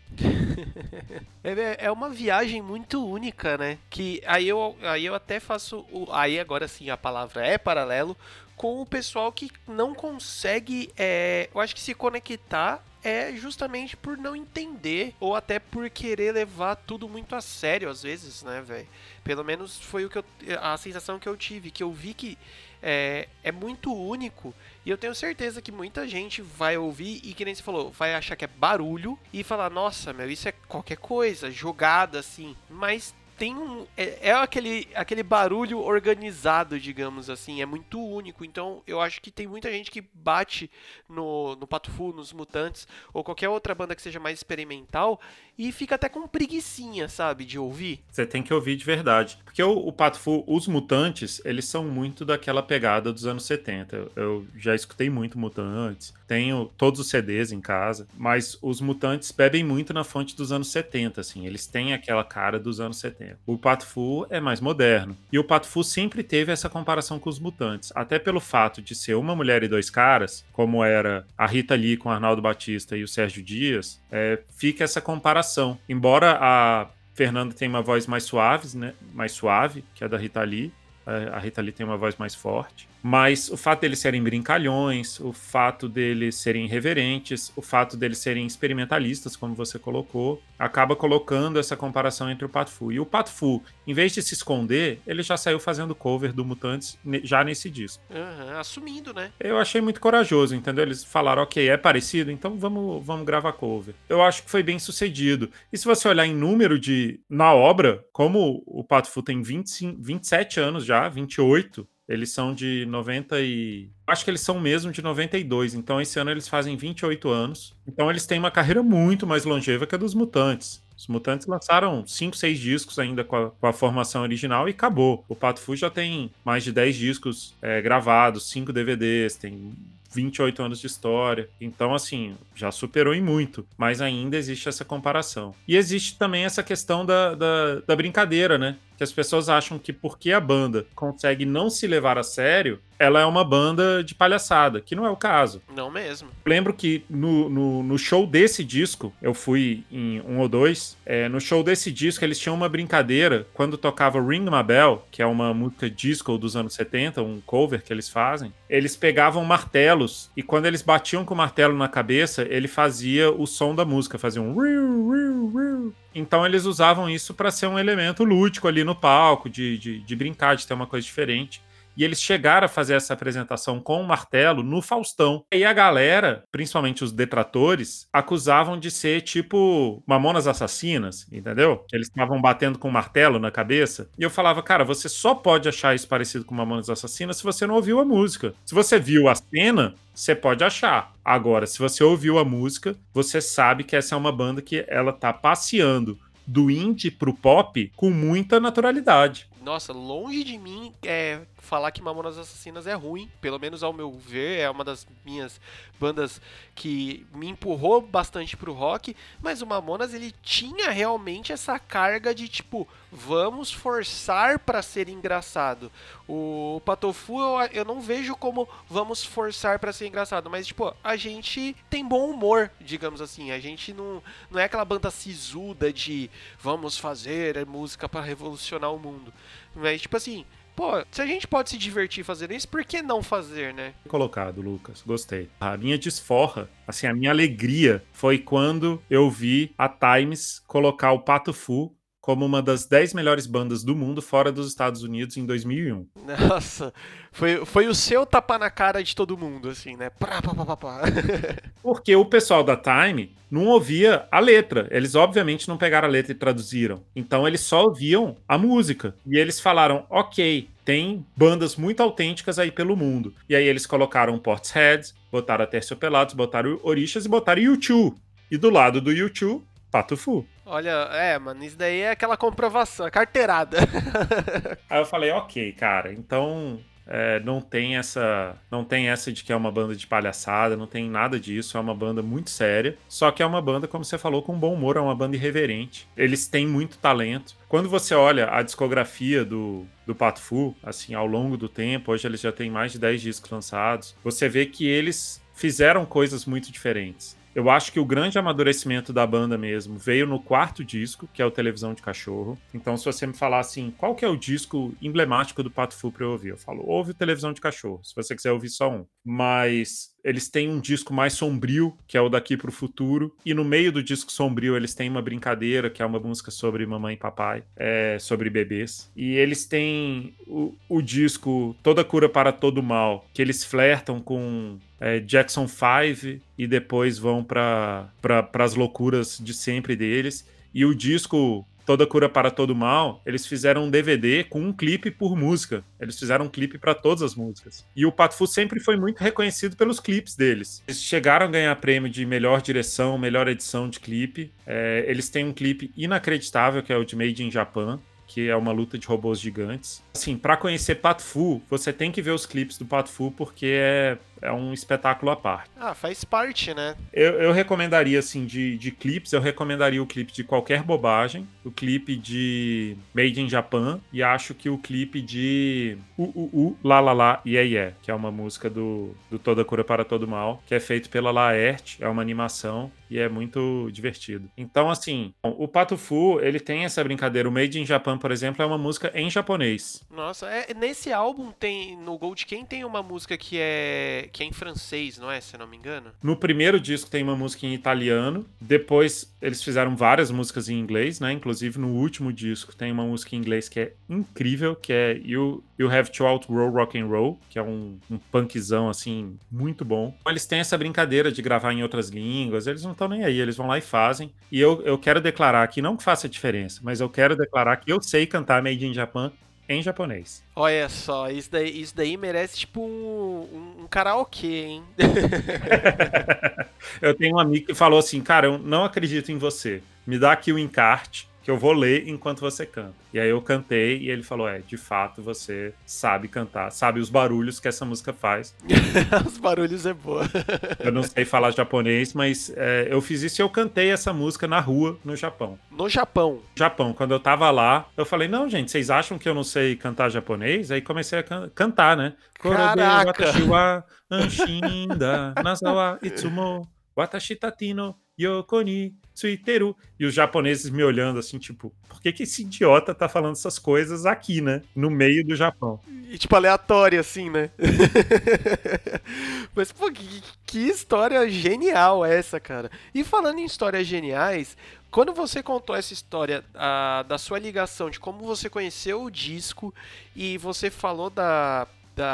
É uma viagem muito única, né? Que aí eu até faço... Aí agora sim a palavra é paralelo com o pessoal que não consegue, eu acho que se conectar justamente por não entender ou até por querer levar tudo muito a sério às vezes, né, velho? Pelo menos foi a sensação que eu tive, que eu vi que é muito único e eu tenho certeza que muita gente vai ouvir e, que nem você falou, vai achar que é barulho e falar, nossa, meu, isso é qualquer coisa, jogada assim, mas tem aquele barulho organizado, digamos assim, é muito único. Então eu acho que tem muita gente que bate no Patufu, nos Mutantes ou qualquer outra banda que seja mais experimental e fica até com preguicinha, sabe, de ouvir. Você tem que ouvir de verdade. Porque o Patufu, os Mutantes, eles são muito daquela pegada dos anos 70. Eu já escutei muito Mutantes, tenho todos os CDs em casa, mas os Mutantes bebem muito na fonte dos anos 70, assim, eles têm aquela cara dos anos 70. O Patufu é mais moderno. E o Patufu sempre teve essa comparação com os Mutantes, até pelo fato de ser uma mulher e dois caras, como era a Rita Lee com o Arnaldo Batista e o Sérgio Dias, fica essa comparação. Embora a Fernanda tenha uma voz mais suave, né? Mais suave, que a da Rita Lee, A Rita Lee tem uma voz mais forte. Mas o fato deles serem brincalhões, o fato deles serem irreverentes, o fato deles serem experimentalistas, como você colocou, acaba colocando essa comparação entre o Pato Fu. E o Pato Fu, em vez de se esconder, ele já saiu fazendo cover do Mutantes já nesse disco. Assumindo, né? Eu achei muito corajoso, entendeu? Eles falaram, ok, é parecido, então vamos gravar cover. Eu acho que foi bem sucedido. E se você olhar em número na obra, como o Pato Fu tem 27 anos já, 28, eles são de 90 e... Acho que eles são mesmo de 92, então esse ano eles fazem 28 anos. Então eles têm uma carreira muito mais longeva que a dos Mutantes. Os Mutantes lançaram 5, 6 discos ainda com a formação original e acabou. O Pato Fu já tem mais de 10 discos gravados, 5 DVDs, tem 28 anos de história. Então, assim, já superou em muito. Mas ainda existe essa comparação. E existe também essa questão da brincadeira, né? Que as pessoas acham que porque a banda consegue não se levar a sério, ela é uma banda de palhaçada, que não é o caso. Não mesmo. Lembro que no show desse disco, eu fui em um ou dois, no show desse disco eles tinham uma brincadeira, quando tocava Ring My Bell, que é uma música disco dos anos 70, um cover que eles fazem, eles pegavam martelos, e quando eles batiam com o martelo na cabeça, ele fazia o som da música, fazia um... Então eles usavam isso para ser um elemento lúdico ali no palco, de brincar, de ter uma coisa diferente. E eles chegaram a fazer essa apresentação com o martelo no Faustão. E a galera, principalmente os detratores, acusavam de ser tipo Mamonas Assassinas, entendeu? Eles estavam batendo com o martelo na cabeça. E eu falava, cara, você só pode achar isso parecido com Mamonas Assassinas se você não ouviu a música. Se você viu a cena, você pode achar. Agora, se você ouviu a música, você sabe que essa é uma banda que ela tá passeando do indie pro pop com muita naturalidade. Nossa, longe de mim falar que Mamonas Assassinas é ruim. Pelo menos ao meu ver, é uma das minhas bandas que me empurrou bastante pro rock. Mas o Mamonas, ele tinha realmente essa carga de tipo, vamos forçar pra ser engraçado. O Pato Fu eu não vejo como vamos forçar pra ser engraçado. Mas tipo, a gente tem bom humor, digamos assim. A gente não é aquela banda sisuda de vamos fazer música pra revolucionar o mundo. Mas, tipo assim, pô, se a gente pode se divertir fazendo isso, por que não fazer, né? Colocado, Lucas. Gostei. A minha desforra, assim, a minha alegria foi quando eu vi a Times colocar o Pato Fu como uma das 10 melhores bandas do mundo fora dos Estados Unidos em 2001. Nossa, foi o seu tapa na cara de todo mundo, assim, né? Porque o pessoal da Time não ouvia a letra. Eles, obviamente, não pegaram a letra e traduziram. Então, eles só ouviam a música. E eles falaram, ok, tem bandas muito autênticas aí pelo mundo. E aí, eles colocaram Portishead, botaram Aterciopelados, botaram Orixás e botaram U2. E do lado do U2, Pato Fu. Olha, mano, isso daí é aquela comprovação, é carteirada. Aí eu falei, ok, cara, então não tem essa de que é uma banda de palhaçada, não tem nada disso, é uma banda muito séria, só que é uma banda, como você falou, com bom humor, é uma banda irreverente. Eles têm muito talento. Quando você olha a discografia do Pato Fu, assim, ao longo do tempo, hoje eles já têm mais de 10 discos lançados, você vê que eles fizeram coisas muito diferentes. Eu acho que o grande amadurecimento da banda mesmo veio no quarto disco, que é o Televisão de Cachorro. Então, se você me falar assim, qual que é o disco emblemático do Pato Fu pra eu ouvir? Eu falo, ouve o Televisão de Cachorro, se você quiser ouvir só um. Mas eles têm um disco mais sombrio, que é o Daqui pro Futuro. E no meio do disco sombrio, eles têm uma brincadeira, que é uma música sobre mamãe e papai, sobre bebês. E eles têm o disco Toda Cura para Todo Mal, que eles flertam com Jackson 5 e depois vão para as loucuras de sempre deles. E o disco Toda Cura para Todo Mal, eles fizeram um DVD com um clipe por música. Eles fizeram um clipe para todas as músicas. E o Pato Fu sempre foi muito reconhecido pelos clipes deles. Eles chegaram a ganhar prêmio de melhor direção, melhor edição de clipe. Eles têm um clipe inacreditável, que é o de Made in Japan, que é uma luta de robôs gigantes. Assim, pra conhecer Pato Fu, você tem que ver os clipes do Pato Fu, porque é um espetáculo à parte. Ah, faz parte, né? Eu recomendaria, assim, de clipes, eu recomendaria o clipe de Qualquer Bobagem, o clipe de Made in Japan, e acho que o clipe de La La La Yeah Yeah, que é uma música do Toda Cura para Todo Mal, que é feito pela Laerte, é uma animação, e é muito divertido. Então, assim, o Pato Fu, ele tem essa brincadeira. O Made in Japan, por exemplo, é uma música em japonês. Nossa, nesse álbum tem, no Gold Can tem uma música que é em francês, não é? Se eu não me engano. No primeiro disco tem uma música em italiano, depois eles fizeram várias músicas em inglês, né? Inclusive no último disco tem uma música em inglês que é incrível, que é You Have to Outgrow Rock and Roll, que é um punkzão, assim, muito bom. Eles têm essa brincadeira de gravar em outras línguas, eles não estão nem aí, eles vão lá e fazem. E eu quero declarar aqui, não que faça diferença, mas eu quero declarar que eu sei cantar Made in Japan em japonês. Olha só, isso daí merece tipo um karaokê, hein? Eu tenho um amigo que falou assim, cara, eu não acredito em você. Me dá aqui o encarte que eu vou ler enquanto você canta. E aí eu cantei e ele falou, de fato você sabe cantar, sabe os barulhos que essa música faz. Os barulhos é boa. Eu não sei falar japonês, mas eu fiz isso e eu cantei essa música na rua, no Japão. No Japão? Japão, quando eu tava lá, eu falei, não, gente, vocês acham que eu não sei cantar japonês? Aí comecei a cantar, né? Caraca! Watashi wa anshinda nazawa itsumo watashi tatino yoko ni tsuiteru. E os japoneses me olhando assim, tipo, por que esse idiota tá falando essas coisas aqui, né? No meio do Japão. E tipo, aleatório assim, né? Mas, pô, que história genial essa, cara. E falando em histórias geniais, quando você contou essa história da sua ligação, de como você conheceu o disco e você falou da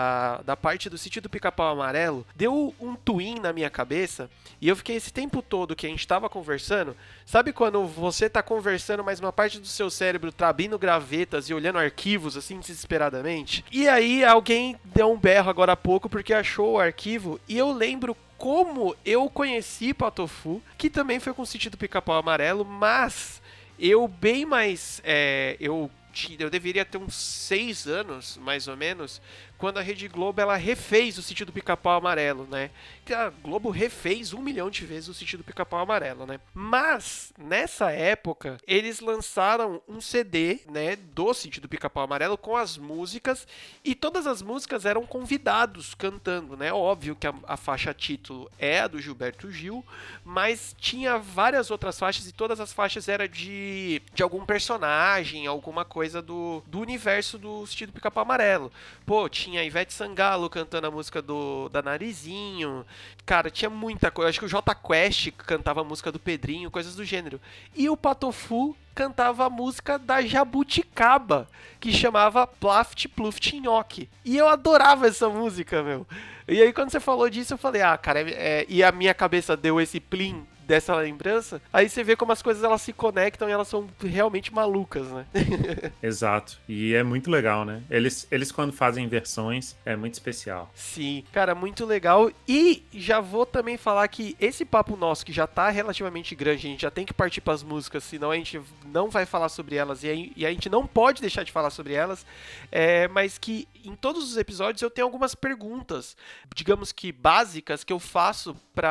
parte do Sítio do Pica-Pau Amarelo, deu um twin na minha cabeça e eu fiquei esse tempo todo que a gente tava conversando. Sabe quando você tá conversando, mas uma parte do seu cérebro tá abrindo gravetas e olhando arquivos assim desesperadamente? E aí alguém deu um berro agora há pouco porque achou o arquivo e eu lembro como eu conheci Pato Fu, que também foi com o Sítio do Pica-Pau Amarelo, mas eu bem mais... Eu deveria ter uns 6 anos, mais ou menos, quando a Rede Globo ela refez o Sítio do Pica-Pau Amarelo, né? A Globo refez 1 milhão de vezes o Sítio do Pica-Pau Amarelo, né? Mas, nessa época, eles lançaram um CD, né, do Sítio do Pica-Pau Amarelo com as músicas, e todas as músicas eram convidados cantando, né? Óbvio que a faixa título é a do Gilberto Gil, mas tinha várias outras faixas, e todas as faixas eram de algum personagem, alguma coisa do universo do Sítio do Pica-Pau Amarelo. Pô, tinha a Ivete Sangalo cantando a música da Narizinho. Cara, tinha muita coisa. Acho que o Jota Quest cantava a música do Pedrinho, coisas do gênero. E o Pato Fu cantava a música da Jabuticaba, que chamava Plaft Pluft Nhoque. E eu adorava essa música, meu. E aí quando você falou disso, eu falei, cara, e a minha cabeça deu esse plim dessa lembrança, aí você vê como as coisas elas se conectam e elas são realmente malucas, né? Exato. E é muito legal, né? Eles quando fazem versões, é muito especial. Sim, cara, muito legal. E já vou também falar que esse papo nosso, que já tá relativamente grande, a gente já tem que partir pras músicas, senão a gente não vai falar sobre elas e a gente não pode deixar de falar sobre elas, mas que em todos os episódios eu tenho algumas perguntas, digamos que básicas, que eu faço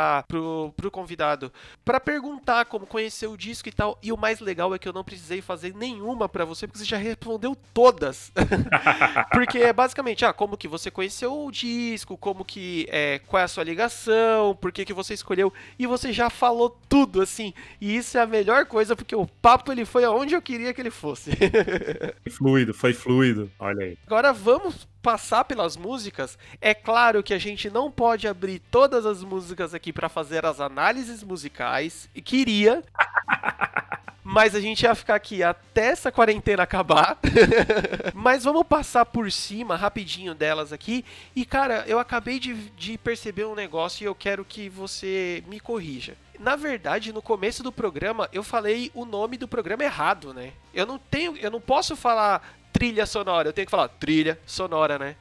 pro convidado, pra perguntar como conheceu o disco e tal. E o mais legal é que eu não precisei fazer nenhuma pra você, porque você já respondeu todas. Porque é basicamente, como que você conheceu o disco, como que, qual é a sua ligação, por que você escolheu, e você já falou tudo, assim. E isso é a melhor coisa, porque o papo ele foi aonde eu queria que ele fosse. Foi fluido, olha aí. Agora vamos passar pelas músicas. É claro que a gente não pode abrir todas as músicas aqui para fazer as análises musicais. E queria, mas a gente ia ficar aqui até essa quarentena acabar. Mas vamos passar por cima rapidinho delas aqui. E cara, eu acabei de perceber um negócio e eu quero que você me corrija. Na verdade, no começo do programa, eu falei o nome do programa errado, né? Eu não posso falar trilha sonora, eu tenho que falar trilha sonora, né?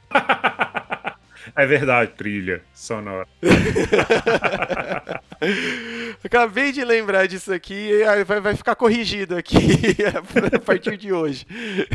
É verdade, trilha sonora. Acabei de lembrar disso aqui e aí vai ficar corrigido aqui a partir de hoje.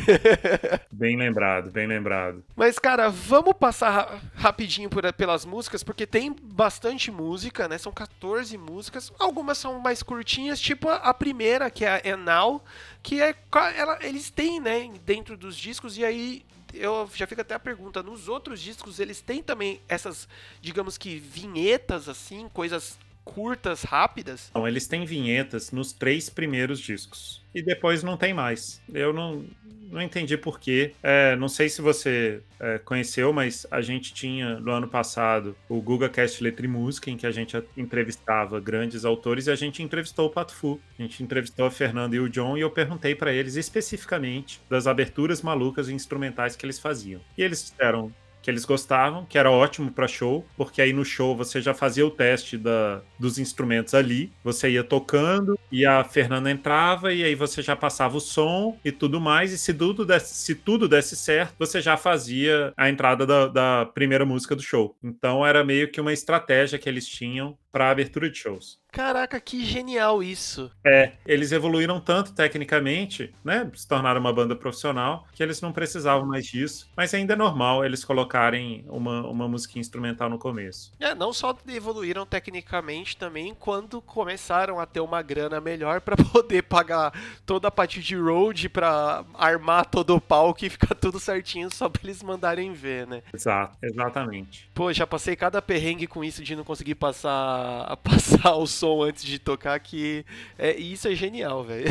Bem lembrado, bem lembrado. Mas, cara, vamos passar rapidinho pelas músicas, porque tem bastante música, né? São 14 músicas. Algumas são mais curtinhas, tipo a primeira, que é a And Now, que eles têm, né, dentro dos discos, e aí eu já fico até a pergunta, nos outros discos eles têm também essas, digamos que, vinhetas, assim, coisas curtas, rápidas? Então, eles têm vinhetas nos 3 primeiros discos. E depois não tem mais. Eu não entendi por quê. Não sei se você conheceu, mas a gente tinha, no ano passado, o GugaCast Letra e Música, em que a gente entrevistava grandes autores, e a gente entrevistou o Pato Fu. A gente entrevistou a Fernanda e o John, e eu perguntei pra eles especificamente das aberturas malucas e instrumentais que eles faziam. E eles disseram que eles gostavam, que era ótimo pra show, porque aí no show você já fazia o teste dos instrumentos ali, você ia tocando e a Fernanda entrava e aí você já passava o som e tudo mais, e se tudo desse certo, você já fazia a entrada da primeira música do show. Então era meio que uma estratégia que eles tinham pra abertura de shows. Caraca, que genial isso. Eles evoluíram tanto tecnicamente, né, se tornaram uma banda profissional, que eles não precisavam mais disso, mas ainda é normal eles colocarem uma musiquinha instrumental no começo. Não só evoluíram tecnicamente também, quando começaram a ter uma grana melhor pra poder pagar toda a parte de road, pra armar todo o palco e ficar tudo certinho só pra eles mandarem ver, né? Exato, exatamente. Pô, já passei cada perrengue com isso de não conseguir passar o som antes de tocar, que isso é genial, velho.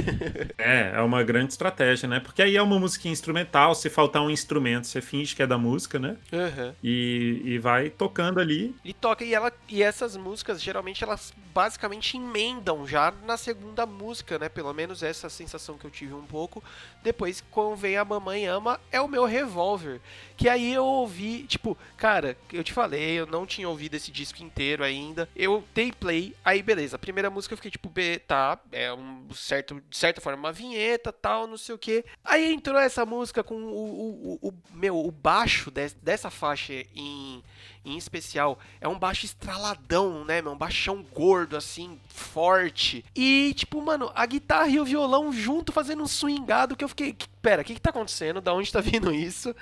É uma grande estratégia, né? Porque aí é uma musiquinha instrumental, se faltar um instrumento, você finge que é da música, né? Uhum. E vai tocando ali. E toca, e essas músicas, geralmente, elas basicamente emendam já na segunda música, né? Pelo menos essa sensação que eu tive um pouco. Depois, quando vem A Mamãe Ama, é o meu Revolver. Que aí eu ouvi, tipo, cara, eu te falei, eu não tinha ouvido esse disco inteiro ainda. Eu dei play, aí beleza. A primeira música eu fiquei tipo, tá, é de certa forma, uma vinheta, tal, não sei o que. Aí entrou essa música com o baixo dessa faixa em especial. É um baixo estraladão, né, meu? Um baixão gordo, assim, forte. E, tipo, mano, a guitarra e o violão junto fazendo um swingado que eu fiquei... Pera, o que tá acontecendo? Da onde tá vindo isso?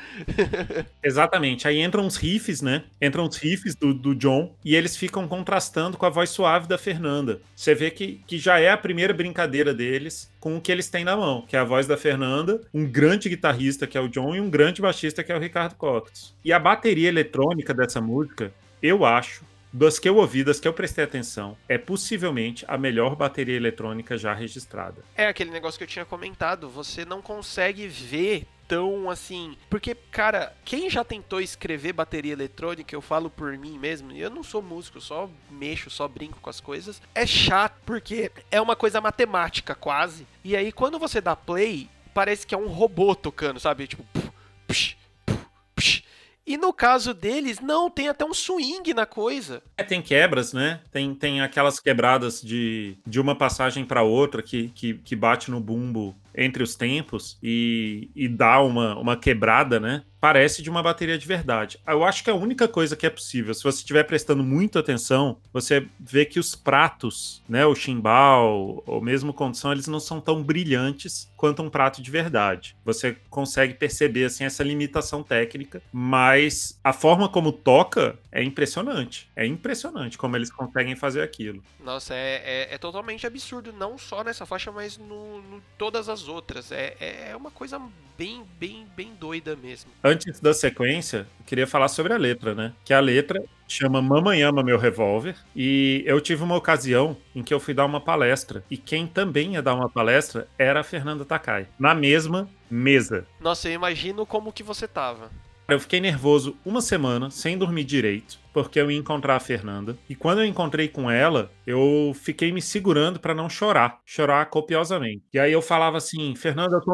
Exatamente. Aí entram uns riffs, né? Entram uns riffs do John e eles ficam contrastando com a voz suave da Fernanda. Você vê que já é a primeira brincadeira deles com o que eles têm na mão, que é a voz da Fernanda, um grande guitarrista que é o John e um grande baixista que é o Ricardo Cox. E a bateria eletrônica dessa música, eu acho, das que eu ouvi, das que eu prestei atenção, é possivelmente a melhor bateria eletrônica já registrada. É aquele negócio que eu tinha comentado, você não consegue ver tão assim... Porque, cara, quem já tentou escrever bateria eletrônica, eu falo por mim mesmo, eu não sou músico, só mexo, só brinco com as coisas, é chato, porque é uma coisa matemática quase, e aí quando você dá play, parece que é um robô tocando, sabe? Tipo... Psh, psh. E no caso deles, não, tem até um swing na coisa. Tem quebras, né? Tem aquelas quebradas de uma passagem para outra que bate no bumbo entre os tempos e dá uma quebrada, né? Parece de uma bateria de verdade. Eu acho que a única coisa que é possível, se você estiver prestando muita atenção, você vê que os pratos, né, o chimbal, ou mesmo condução, eles não são tão brilhantes quanto um prato de verdade. Você consegue perceber, assim, essa limitação técnica, mas a forma como toca é impressionante. É impressionante como eles conseguem fazer aquilo. Nossa, é totalmente absurdo, não só nessa faixa, mas no todas as outras. É uma coisa bem doida mesmo. Antes da sequência, eu queria falar sobre a letra, né? Que a letra chama Mamãe Ama Meu Revolver, e eu tive uma ocasião em que eu fui dar uma palestra, e quem também ia dar uma palestra era a Fernanda Takai, na mesma mesa. Nossa, eu imagino como que você tava. Eu fiquei nervoso uma semana, sem dormir direito, porque eu ia encontrar a Fernanda. E quando eu encontrei com ela, eu fiquei me segurando pra não chorar copiosamente. E aí eu falava assim, Fernanda, eu tô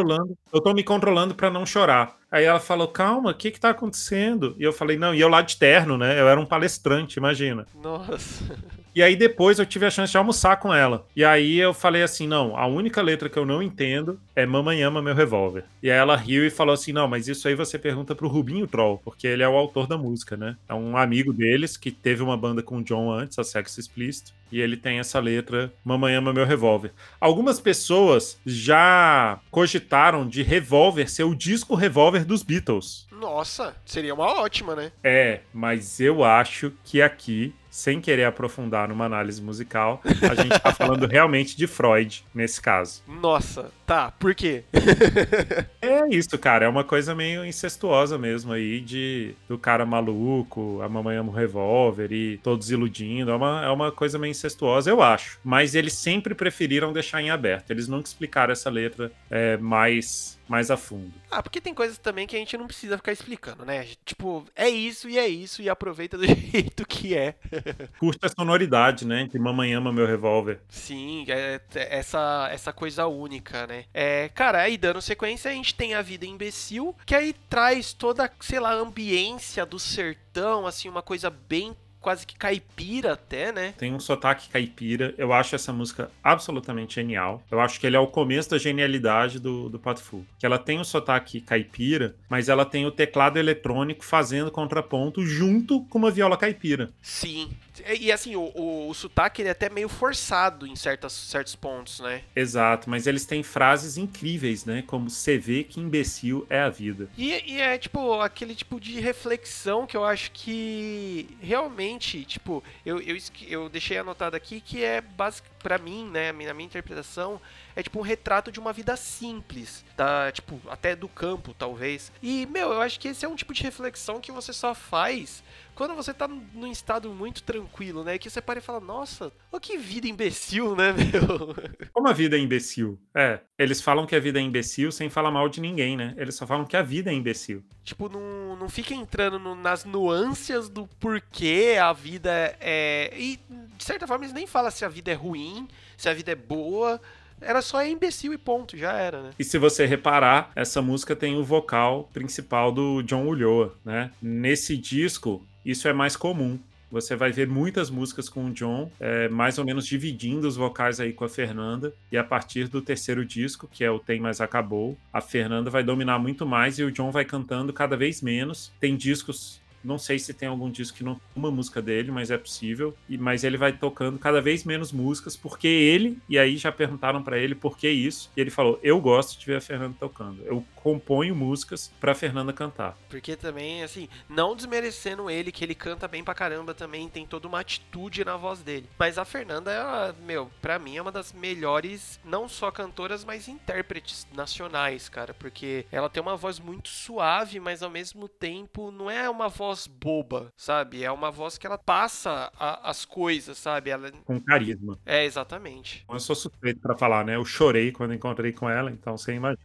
me controlando pra não chorar. Aí ela falou, calma, o que tá acontecendo? E eu falei, não, e eu lá de terno, né? Eu era um palestrante, imagina. Nossa. E aí depois eu tive a chance de almoçar com ela. E aí eu falei assim, não, a única letra que eu não entendo é Mamãe Ama Meu Revólver. E aí ela riu e falou assim, não, mas isso aí você pergunta pro Rubinho Troll, porque ele é o autor da música, né? É um amigo deles que teve uma banda com o John antes, a Sexo Explícito, e ele tem essa letra Mamãe Ama Meu Revólver. Algumas pessoas já cogitaram de Revolver ser o disco Revolver dos Beatles. Nossa, seria uma ótima, né? É, mas eu acho que aqui, sem querer aprofundar numa análise musical, a gente tá falando realmente de Freud nesse caso. Nossa, tá, por quê? É isso, cara, é uma coisa meio incestuosa mesmo aí, do cara maluco, a mamãe ama o revólver e todos iludindo, é uma coisa meio incestuosa, eu acho. Mas eles sempre preferiram deixar em aberto, eles nunca explicaram essa letra mais a fundo. Ah, porque tem coisas também que a gente não precisa ficar explicando, né? Tipo, é isso, e aproveita do jeito que é. Curta a sonoridade, né, entre Mamãe Ama Meu Revólver. Sim, essa coisa única, né? Cara, aí dando sequência, a gente tem A Vida Imbecil, que aí traz toda, sei lá, a ambiência do sertão, assim, uma coisa bem quase que caipira até, né? Tem um sotaque caipira. Eu acho essa música absolutamente genial. Eu acho que ele é o começo da genialidade do Pato Fu. Que ela tem um sotaque caipira, mas ela tem o teclado eletrônico fazendo contraponto junto com uma viola caipira. Sim. E assim, o sotaque ele é até meio forçado em certos pontos, né? Exato, mas eles têm frases incríveis, né? Como "Cê vê que imbecil é a vida". E é tipo aquele tipo de reflexão que eu acho que realmente, tipo, eu deixei anotado aqui que é básico pra mim, né? Na minha interpretação, é tipo um retrato de uma vida simples, tipo, até do campo, talvez. E, meu, eu acho que esse é um tipo de reflexão que você só faz quando você tá num estado muito tranquilo, né? Que você para e fala, nossa, oh, que vida imbecil, né, meu? Como a vida é imbecil? Eles falam que a vida é imbecil sem falar mal de ninguém, né? Eles só falam que a vida é imbecil. Tipo, não fica entrando nas nuances do porquê a vida é... E, de certa forma, eles nem falam se a vida é ruim, se a vida é boa. Ela só é imbecil e ponto, já era, né? E se você reparar, essa música tem o vocal principal do John Ulloa, né? Nesse disco, isso é mais comum. Você vai ver muitas músicas com o John, mais ou menos dividindo os vocais aí com a Fernanda. E a partir do terceiro disco, que é o Tem Mas Acabou, a Fernanda vai dominar muito mais e o John vai cantando cada vez menos. Tem discos... Não sei se tem algum disco que não tem uma música dele, mas é possível. Mas ele vai tocando cada vez menos músicas, porque ele... E aí já perguntaram pra ele por que isso. E ele falou, eu gosto de ver a Fernanda tocando. Eu componho músicas pra Fernanda cantar. Porque também, assim, não desmerecendo ele, que ele canta bem pra caramba também, tem toda uma atitude na voz dele. Mas a Fernanda, ela, meu, pra mim é uma das melhores, não só cantoras, mas intérpretes nacionais, cara. Porque ela tem uma voz muito suave, mas ao mesmo tempo não é uma voz boba, sabe? É uma voz que ela passa as coisas, sabe? Ela... Com carisma. É, exatamente. Eu sou suspeito pra falar, né? Eu chorei quando encontrei com ela, então você imagina.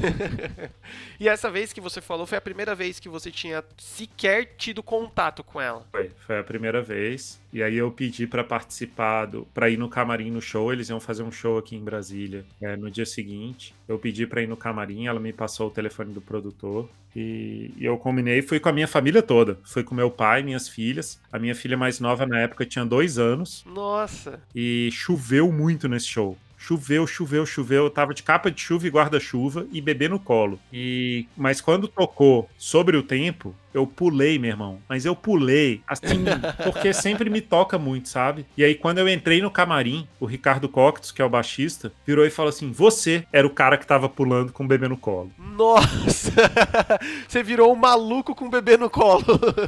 E essa vez que você falou, foi a primeira vez que você tinha sequer tido contato com ela? Foi a primeira vez. E aí eu pedi pra participar, pra ir no camarim no show. Eles iam fazer um show aqui em Brasília no dia seguinte. Eu pedi pra ir no camarim, ela me passou o telefone do produtor. E eu combinei, fui com a minha família toda. Fui com meu pai, minhas filhas. A minha filha mais nova na época tinha 2 anos. Nossa! E choveu muito nesse show. Choveu. Eu tava de capa de chuva e guarda-chuva e bebê no colo. Mas quando tocou Sobre o Tempo, eu pulei, meu irmão. Mas eu pulei, assim, porque sempre me toca muito, sabe? E aí, quando eu entrei no camarim, o Ricardo Coctos, que é o baixista, virou e falou assim, você era o cara que tava pulando com o bebê no colo. Nossa! Você virou um maluco com o bebê no colo.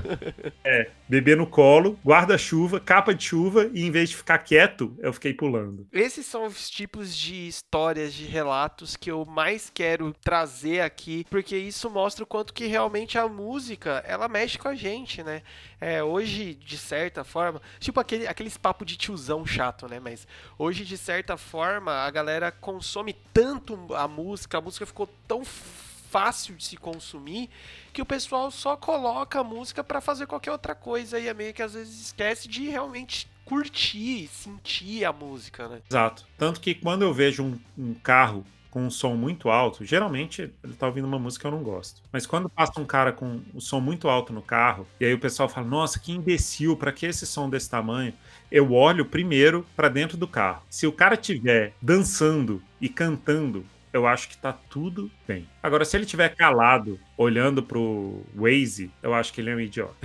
Bebê no colo, guarda-chuva, capa de chuva, e em vez de ficar quieto, eu fiquei pulando. Esses são os tipos de histórias, de relatos que eu mais quero trazer aqui, porque isso mostra o quanto que realmente a música, ela mexe com a gente, né? Hoje, de certa forma, tipo aqueles papo de tiozão chato, né? Mas hoje, de certa forma, a galera consome tanto a música ficou tão fácil de se consumir que o pessoal só coloca a música pra fazer qualquer outra coisa e é meio que às vezes esquece de realmente curtir, sentir a música, né? Exato. Tanto que quando eu vejo um carro com um som muito alto, geralmente ele tá ouvindo uma música que eu não gosto. Mas quando passa um cara com o som muito alto no carro, e aí o pessoal fala, nossa, que imbecil, pra que esse som desse tamanho? Eu olho primeiro pra dentro do carro. Se o cara tiver dançando e cantando, eu acho que tá tudo bem. Agora, se ele tiver calado, olhando pro Waze, eu acho que ele é um idiota.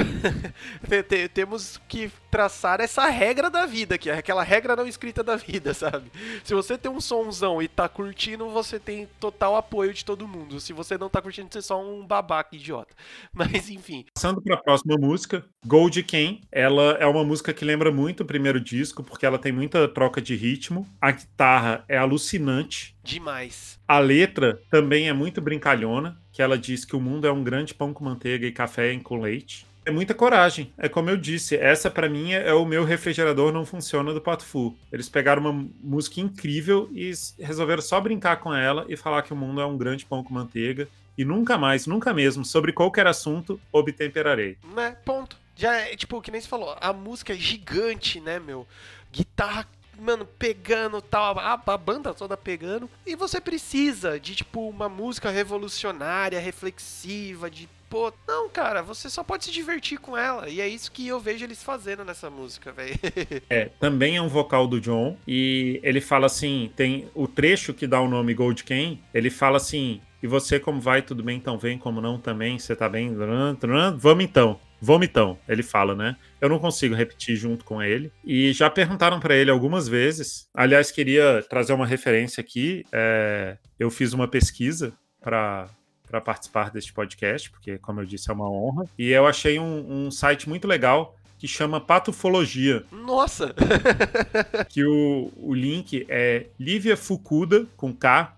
Temos que traçar essa regra da vida, que é aquela regra não escrita da vida, sabe? Se você tem um sonzão e tá curtindo, você tem total apoio de todo mundo. Se você não tá curtindo, você é só um babaca idiota. Mas, enfim. Passando pra próxima música, Gold Ken. Ela é uma música que lembra muito o primeiro disco, porque ela tem muita troca de ritmo. A guitarra é alucinante. Demais. A letra também é muito brincalhona, que ela diz que o mundo é um grande pão com manteiga e café com leite. É muita coragem, é como eu disse, essa pra mim é o meu refrigerador não funciona do Pato Fu. Eles pegaram uma música incrível e resolveram só brincar com ela e falar que o mundo é um grande pão com manteiga e nunca mais, nunca mesmo, sobre qualquer assunto, obtemperarei. Né, ponto. Já é, tipo, que nem você falou, a música é gigante, né, meu? Guitarra, mano, pegando tal, a banda toda pegando. E você precisa de, tipo, uma música revolucionária, reflexiva, de pô, não, cara, você só pode se divertir com ela. E é isso que eu vejo eles fazendo nessa música, velho. Também é um vocal do John. E ele fala assim, tem o trecho que dá o nome Gold Ken, ele fala assim, e você como vai, tudo bem, então vem, como não também, você tá bem? Vamos então. Vomitão, ele fala, né? Eu não consigo repetir junto com ele. E já perguntaram pra ele algumas vezes. Aliás, queria trazer uma referência aqui. Eu fiz uma pesquisa pra participar deste podcast, porque, como eu disse, é uma honra. E eu achei um site muito legal que chama Patufologia. Nossa! Que o link é Lívia Fukuda, com K,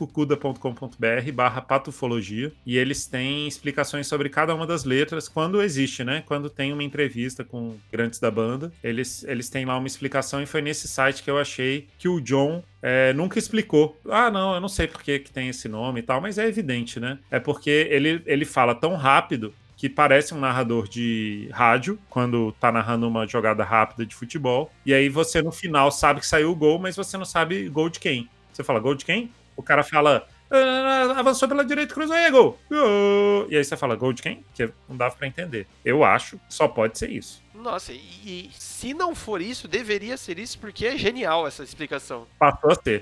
liviafukuda.com.br/patufologia. E eles têm explicações sobre cada uma das letras, quando existe, né? Quando tem uma entrevista com grandes da banda, eles têm lá uma explicação, e foi nesse site que eu achei que o John nunca explicou. Ah, não, eu não sei por que tem esse nome e tal, mas é evidente, né? É porque ele fala tão rápido que parece um narrador de rádio, quando tá narrando uma jogada rápida de futebol, e aí você no final sabe que saiu o gol, mas você não sabe gol de quem. Você fala, gol de quem? O cara fala, avançou pela direita, cruzou aí, gol! E aí você fala, gol de quem? Que não dava pra entender. Eu acho, só pode ser isso. Nossa, e se não for isso, deveria ser isso, porque é genial essa explicação. Passou a ser.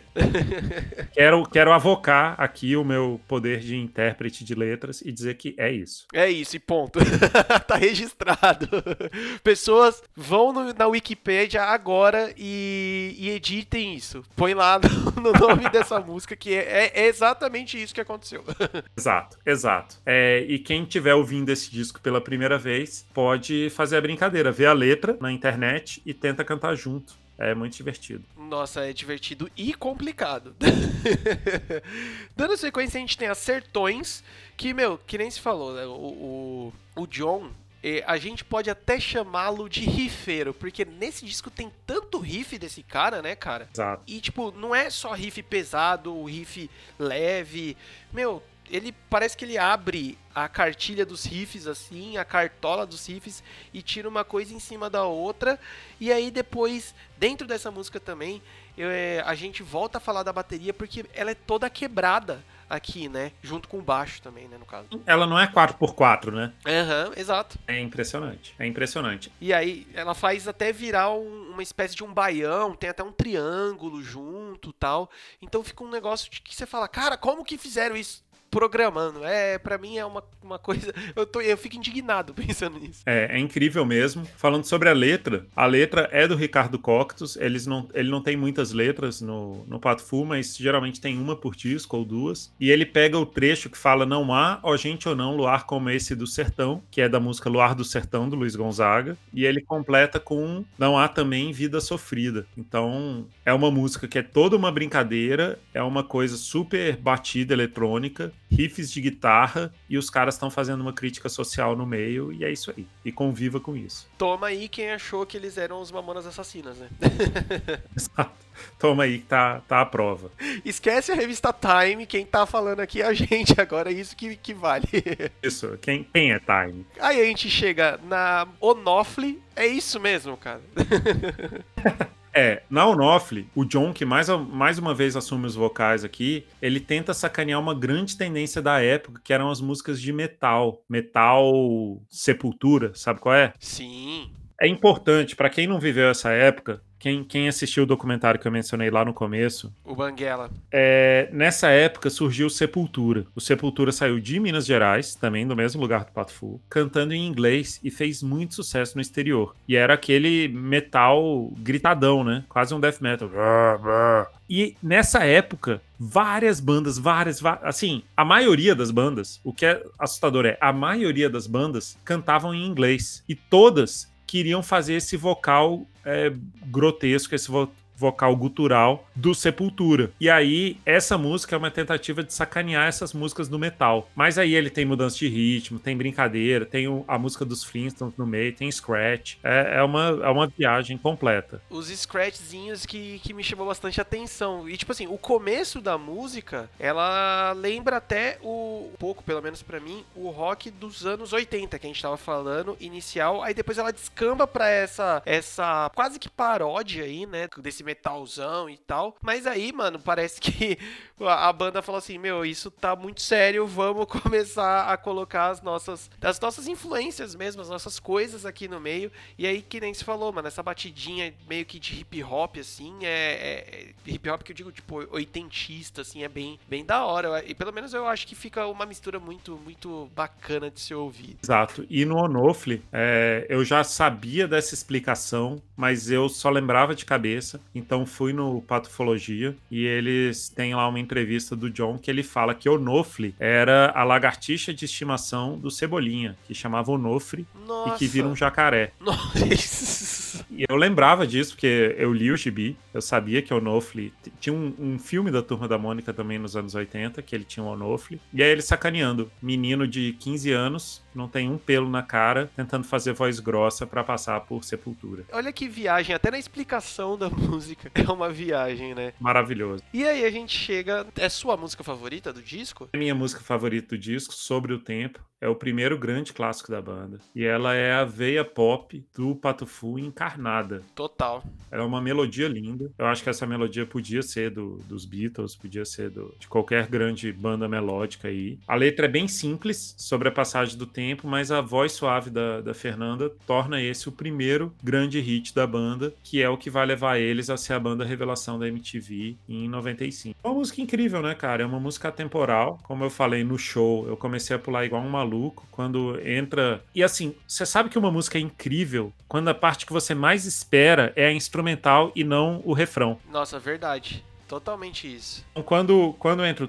Quero avocar aqui o meu poder de intérprete de letras e dizer que é isso. É isso, e ponto. Tá registrado. Pessoas vão na Wikipédia agora e editem isso. Põe lá no nome dessa música, que é exatamente isso que aconteceu. Exato. E quem estiver ouvindo esse disco pela primeira vez, pode fazer a brincadeira, ver a letra na internet e tenta cantar junto. É muito divertido. Nossa, é divertido e complicado. Dando sequência, a gente tem as Sertões, que, meu, que nem se falou, né? O John, a gente pode até chamá-lo de riffeiro, porque nesse disco tem tanto riff desse cara, né, cara? Exato. E, tipo, não é só riff pesado, riff leve. Meu, ele parece que ele abre a cartilha dos riffs, assim, a cartola dos riffs, e tira uma coisa em cima da outra. E aí depois, dentro dessa música também, a gente volta a falar da bateria, porque ela é toda quebrada aqui, né? Junto com o baixo também, né, no caso. Ela não é 4x4, né? Exato. É impressionante. E aí ela faz até virar uma espécie de um baião, tem até um triângulo junto, tal. Então fica um negócio de que você fala, cara, como que fizeram isso? Programando. Pra mim é uma coisa... Eu fico indignado pensando nisso. É incrível mesmo. Falando sobre a letra é do Ricardo Cocteau. Ele não tem muitas letras no Pato Fu, mas geralmente tem uma por disco ou duas. E ele pega o trecho que fala não há, ó gente ou não, luar como esse do sertão, que é da música Luar do Sertão, do Luiz Gonzaga. E ele completa com não há também vida sofrida. Então é uma música que é toda uma brincadeira, é uma coisa super batida, eletrônica, riffs de guitarra, e os caras estão fazendo uma crítica social no meio, e é isso aí. E conviva com isso. Toma aí quem achou que eles eram os Mamonas Assassinas, né? Exato. Toma aí que tá à prova. Esquece a revista Time, quem tá falando aqui é a gente agora, é isso que vale. Isso, quem é Time? Aí a gente chega na Onofre, é isso mesmo, cara. Na Onofre, o John, que mais uma vez assume os vocais aqui, ele tenta sacanear uma grande tendência da época, que eram as músicas de metal. Metal Sepultura, sabe qual é? Sim. É importante, pra quem não viveu essa época, quem assistiu o documentário que eu mencionei lá no começo, O Banguela. nessa época surgiu o Sepultura. O Sepultura saiu de Minas Gerais, também do mesmo lugar do Pato Fu, cantando em inglês e fez muito sucesso no exterior. E era aquele metal gritadão, né? Quase um death metal. E nessa época, várias bandas, assim, a maioria das bandas, o que é assustador a maioria das bandas cantavam em inglês. E todas queriam fazer esse vocal grotesco, esse vocal gutural do Sepultura. E aí, essa música é uma tentativa de sacanear essas músicas do metal. Mas aí ele tem mudança de ritmo, tem brincadeira, tem a música dos Flintstones no meio, tem scratch. É uma viagem completa. Os scratchzinhos que me chamou bastante atenção. E, tipo assim, o começo da música, ela lembra até um pouco, pelo menos pra mim, o rock dos anos 80, que a gente tava falando, inicial. Aí depois ela descamba pra essa quase que paródia aí, né, desse metalzão e tal. Mas aí, mano, parece que a banda falou assim, meu, isso tá muito sério, vamos começar a colocar as nossas influências mesmo, as nossas coisas aqui no meio. E aí, que nem se falou, mano, essa batidinha meio que de hip hop, assim, hip hop que eu digo, tipo, oitentista, assim, é bem da hora. E pelo menos eu acho que fica uma mistura muito, muito bacana de se ouvir. Exato. E no Onofre, eu já sabia dessa explicação, mas eu só lembrava de cabeça. Então fui no Patufologia e eles têm lá uma entrevista do John que ele fala que Onofre era a lagartixa de estimação do Cebolinha, que chamava Onofre. Nossa. E que vira um jacaré. Nossa. E eu lembrava disso, porque eu li o gibi, eu sabia que Onofre... Tinha um filme da Turma da Mônica também nos anos 80, que ele tinha um Onofre. E aí ele sacaneando, menino de 15 anos, não tem um pelo na cara, tentando fazer voz grossa pra passar por Sepultura. Olha que viagem, até na explicação da música é uma viagem, né? Maravilhoso. E aí a gente chega... É sua música favorita do disco? A minha música favorita do disco, Sobre o Tempo, é o primeiro grande clássico da banda. E ela é a veia pop do Pato Fu encarnada. Total. Ela é uma melodia linda. Eu acho que essa melodia podia ser dos Beatles, podia ser de qualquer grande banda melódica aí. A letra é bem simples sobre a passagem do tempo, mas a voz suave da Fernanda torna esse o primeiro grande hit da banda, que é o que vai levar eles a ser a banda revelação da MTV em 95. É uma música incrível, né, cara? É uma música atemporal. Como eu falei no show, eu comecei a pular igual um maluco quando entra... E assim, você sabe que uma música é incrível quando a parte que você mais espera é a instrumental e não o refrão. Nossa, verdade. Totalmente isso. Quando entra o...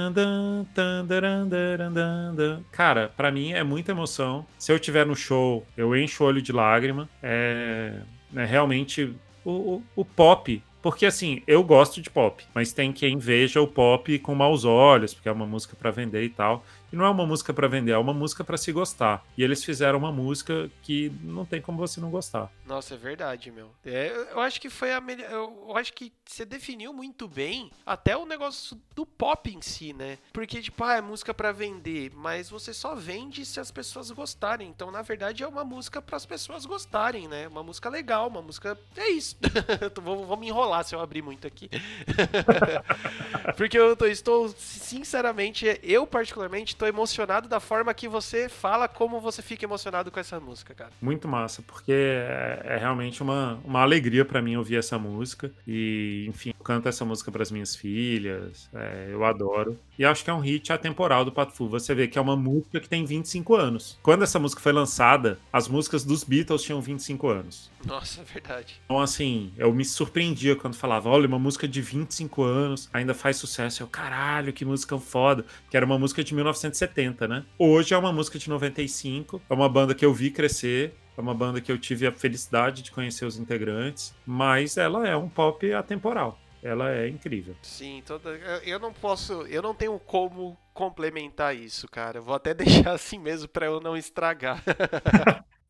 Cara, pra mim é muita emoção. Se eu tiver no show, eu encho o olho de lágrima. Realmente o pop... Porque, assim, eu gosto de pop, mas tem quem veja o pop com maus olhos, porque é uma música pra vender e tal. E não é uma música pra vender, é uma música pra se gostar. E eles fizeram uma música que não tem como você não gostar. Nossa, é verdade, meu. Eu acho que foi a melhor... Eu acho que você definiu muito bem até o negócio do pop em si, né? Porque, tipo, é música pra vender, mas você só vende se as pessoas gostarem. Então, na verdade, é uma música pras pessoas gostarem, né? Uma música legal, uma música... É isso. Vou me enrolar se eu abrir muito aqui. Porque eu estou, sinceramente, eu particularmente, estou emocionado da forma que você fala como você fica emocionado com essa música, cara. Muito massa, porque é realmente uma alegria pra mim ouvir essa música. E, enfim, eu canto essa música pras minhas filhas, eu adoro. E acho que é um hit atemporal do Pato Fu. Você vê que é uma música que tem 25 anos. Quando essa música foi lançada, as músicas dos Beatles tinham 25 anos. Nossa, é verdade. Então, assim, eu me surpreendia quando falava, olha, uma música de 25 anos ainda faz sucesso. Eu, caralho, que música foda. Que era uma música de 1970, né? Hoje é uma música de 95. É uma banda que eu vi crescer. É uma banda que eu tive a felicidade de conhecer os integrantes. Mas ela é um pop atemporal. Ela é incrível. Sim, eu não tenho como complementar isso, cara. Eu vou até deixar assim mesmo pra eu não estragar.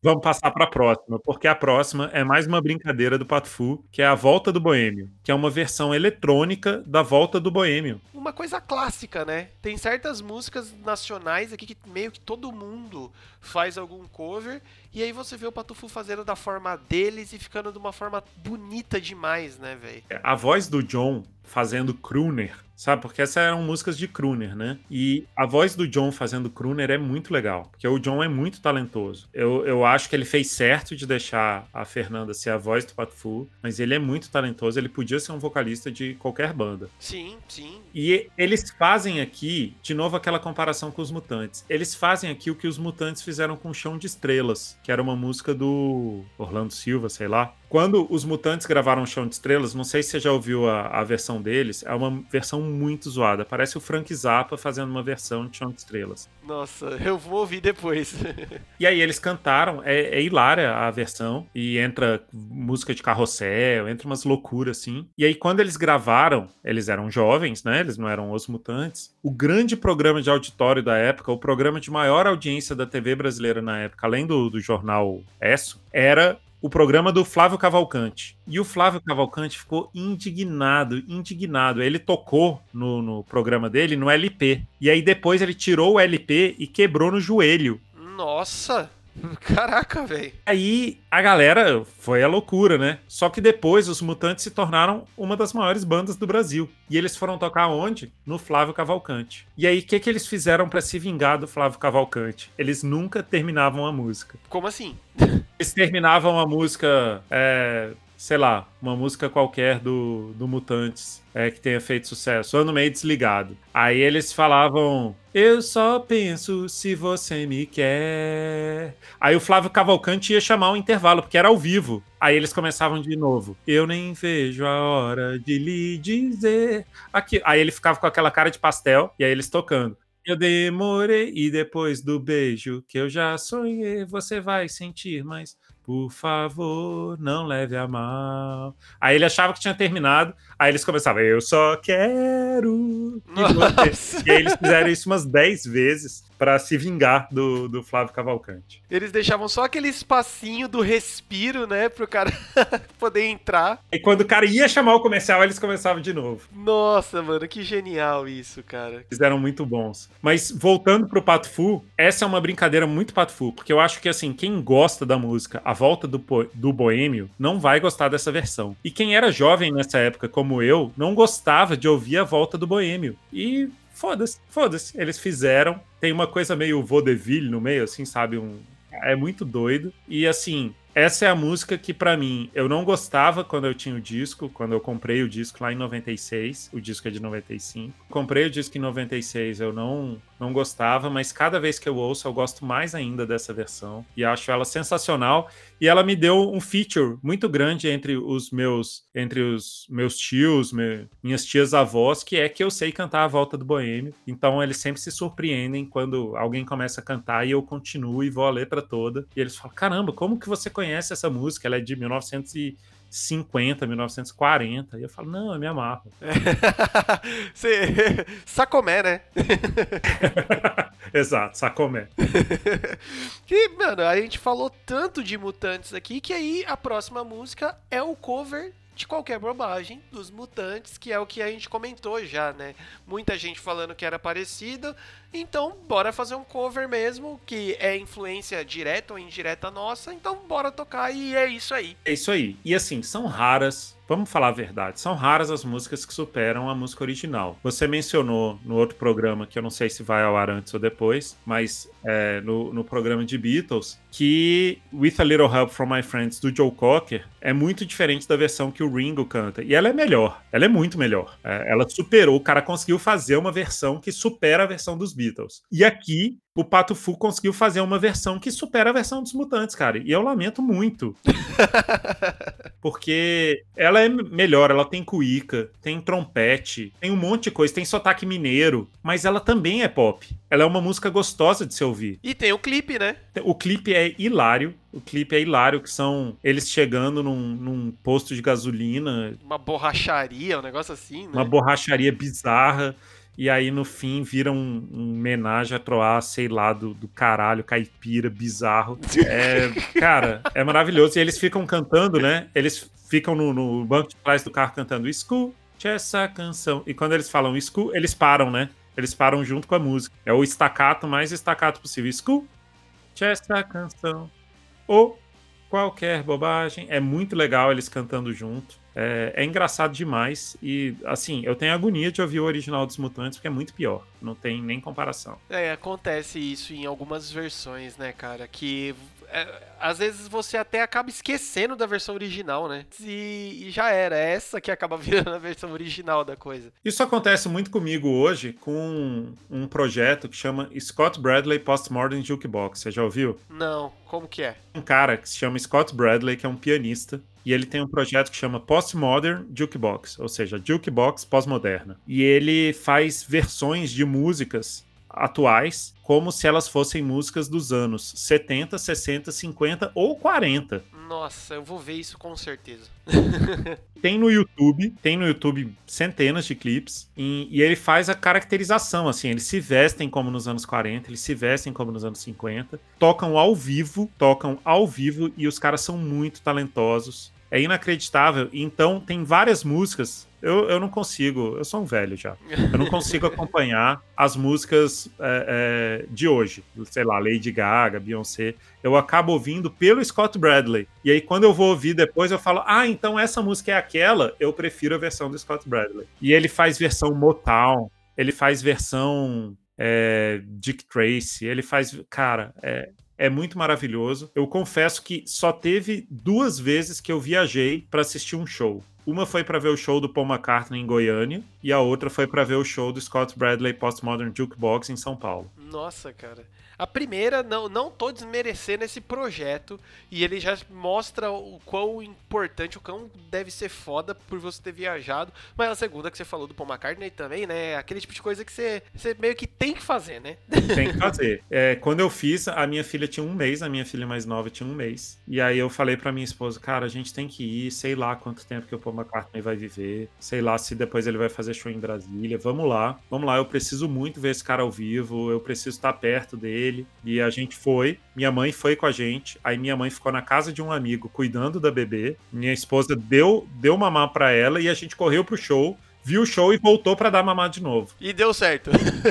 Vamos passar para a próxima, porque a próxima é mais uma brincadeira do Pato Fu, que é a Volta do Boêmio, que é uma versão eletrônica da Volta do Boêmio. Uma coisa clássica, né? Tem certas músicas nacionais aqui que meio que todo mundo faz algum cover, e aí você vê o Patufu fazendo da forma deles e ficando de uma forma bonita demais, né, velho? A voz do John fazendo crooner, sabe? Porque essas eram músicas de crooner, né? E a voz do John fazendo crooner é muito legal, porque o John é muito talentoso. Eu acho que ele fez certo de deixar a Fernanda ser a voz do Pato Fu, mas ele é muito talentoso, ele podia ser um vocalista de qualquer banda. Sim, sim. E eles fazem aqui, de novo, aquela comparação com os Mutantes. Eles fazem aqui o que os Mutantes fizeram com Chão de Estrelas, que era uma música do Orlando Silva, sei lá. Quando os Mutantes gravaram Chão de Estrelas, não sei se você já ouviu a versão deles, é uma versão muito zoada. Parece o Frank Zappa fazendo uma versão de Chão de Estrelas. Nossa, eu vou ouvir depois. E aí eles cantaram, é hilária a versão, e entra música de carrossel, entra umas loucuras assim. E aí quando eles gravaram, eles eram jovens, né? Eles não eram os Mutantes. O grande programa de auditório da época, o programa de maior audiência da TV brasileira na época, além do jornal Esso, era o programa do Flávio Cavalcante. E o Flávio Cavalcante ficou indignado. Ele tocou no programa dele no LP. E aí depois ele tirou o LP e quebrou no joelho. Nossa! Caraca, velho. Aí a galera foi a loucura, né? Só que depois os Mutantes se tornaram uma das maiores bandas do Brasil. E eles foram tocar onde? No Flávio Cavalcante. E aí o que eles fizeram pra se vingar do Flávio Cavalcante? Eles nunca terminavam a música. Como assim? Eles terminavam a música, sei lá, uma música qualquer do Mutantes que tenha feito sucesso, ou no meio desligado. Aí eles falavam: eu só penso se você me quer. Aí o Flávio Cavalcante ia chamar um intervalo, porque era ao vivo. Aí eles começavam de novo: eu nem vejo a hora de lhe dizer. Aqui. Aí ele ficava com aquela cara de pastel, e aí eles tocando: eu demorei, e depois do beijo que eu já sonhei, você vai sentir, mas por favor, não leve a mal. Aí ele achava que tinha terminado, aí eles começavam: eu só quero que você... Nossa! E aí eles fizeram isso umas 10 vezes pra se vingar do Flávio Cavalcante. Eles deixavam só aquele espacinho do respiro, né? Pro cara poder entrar. E quando o cara ia chamar o comercial, eles começavam de novo. Nossa, mano, que genial isso, cara. Eles eram muito bons. Mas voltando pro Pato Fu, essa é uma brincadeira muito Pato Fu, porque eu acho que, assim, quem gosta da música A Volta do Boêmio não vai gostar dessa versão. E quem era jovem nessa época, como eu, não gostava de ouvir A Volta do Boêmio. E foda-se. Eles fizeram. Tem uma coisa meio vaudeville no meio, assim, sabe? É muito doido. E, assim, essa é a música que, pra mim, eu não gostava quando eu tinha o disco, quando eu comprei o disco lá em 96, o disco é de 95. Comprei o disco em 96, eu não gostava, mas cada vez que eu ouço, eu gosto mais ainda dessa versão, e acho ela sensacional, e ela me deu um feature muito grande entre os meus tios, minhas tias-avós, que é que eu sei cantar A Volta do Boêmio, então eles sempre se surpreendem quando alguém começa a cantar e eu continuo e vou a letra toda, e eles falam: caramba, como que você conhece essa música? Ela é de 1950, 1940. E eu falo: não, eu me amarro. Sacomé, né? Exato, Sacomé. E, mano, a gente falou tanto de Mutantes aqui que aí a próxima música é o cover de qualquer bobagem dos Mutantes, que é o que a gente comentou já, né? Muita gente falando que era parecido, então bora fazer um cover mesmo, que é influência direta ou indireta nossa, então bora tocar e é isso aí. É isso aí. E assim, são raras, vamos falar a verdade, são raras as músicas que superam a música original. Você mencionou no outro programa, que eu não sei se vai ao ar antes ou depois, mas no programa de Beatles, que With a Little Help from My Friends, do Joe Cocker, é muito diferente da versão que o Ringo canta. E ela é melhor, ela é muito melhor. Ela superou, o cara conseguiu fazer uma versão que supera a versão dos Beatles. E aqui, o Pato Fu conseguiu fazer uma versão que supera a versão dos Mutantes, cara. E eu lamento muito. Porque ela é melhor, ela tem cuíca, tem trompete, tem um monte de coisa, tem sotaque mineiro, mas ela também é pop. Ela é uma música gostosa de se ouvir. E tem o clipe, né? O clipe é hilário. Que são eles chegando num posto de gasolina. Uma borracharia, um negócio assim, né? Uma borracharia bizarra. e aí no fim vira um homenagem a Troar, sei lá, do caralho, caipira, bizarro. Cara, é maravilhoso. E eles ficam cantando, né? Eles ficam no banco de trás do carro cantando escute essa canção. E quando eles falam escute, eles param, né? Eles param junto com a música. É o estacato mais estacato possível. Escute essa canção. Ou qualquer bobagem. É muito legal eles cantando junto. É engraçado demais. E, assim, eu tenho agonia de ouvir o original dos Mutantes, porque é muito pior. Não tem nem comparação. Acontece isso em algumas versões, né, cara? Que às vezes você até acaba esquecendo da versão original, né? E já era. É essa que acaba virando a versão original da coisa. Isso acontece muito comigo hoje com um projeto que chama Scott Bradley Postmodern Jukebox. Você já ouviu? Não, como que é? Um cara que se chama Scott Bradley, que é um pianista, e ele tem um projeto que chama Postmodern Jukebox, ou seja, Jukebox pós-moderna. E ele faz versões de músicas atuais como se elas fossem músicas dos anos 70, 60, 50 ou 40. Nossa, eu vou ver isso com certeza. Tem no YouTube centenas de clipes, e ele faz a caracterização, assim, eles se vestem como nos anos 40, eles se vestem como nos anos 50, tocam ao vivo, e os caras são muito talentosos. É inacreditável. Então, tem várias músicas. Eu não consigo. Eu sou um velho já. Eu não consigo acompanhar as músicas de hoje. Sei lá, Lady Gaga, Beyoncé. Eu acabo ouvindo pelo Scott Bradley. E aí, quando eu vou ouvir depois, eu falo: então essa música é aquela. Eu prefiro a versão do Scott Bradley. E ele faz versão Motown. Ele faz versão Dick Tracy. Ele faz. Cara, é muito maravilhoso. Eu confesso que só teve 2 vezes que eu viajei para assistir um show. Uma foi para ver o show do Paul McCartney em Goiânia e a outra foi para ver o show do Scott Bradley Postmodern Jukebox em São Paulo. Nossa, cara. A primeira, não tô desmerecendo esse projeto, e ele já mostra o quão importante, o quão deve ser foda por você ter viajado. Mas a segunda que você falou do Paul McCartney também, né? Aquele tipo de coisa que você meio que tem que fazer, né? Tem que fazer. Quando eu fiz, a minha filha tinha 1 mês, a minha filha mais nova tinha 1 mês. E aí eu falei pra minha esposa, cara, a gente tem que ir, sei lá quanto tempo que o Paul McCartney vai viver, sei lá se depois ele vai fazer show em Brasília, vamos lá, eu preciso muito ver esse cara ao vivo, eu preciso estar perto dele. E a gente foi, minha mãe foi com a gente, aí minha mãe ficou na casa de um amigo cuidando da bebê, minha esposa deu mamar pra ela e a gente correu pro show, viu o show e voltou pra dar mamar de novo. E deu certo.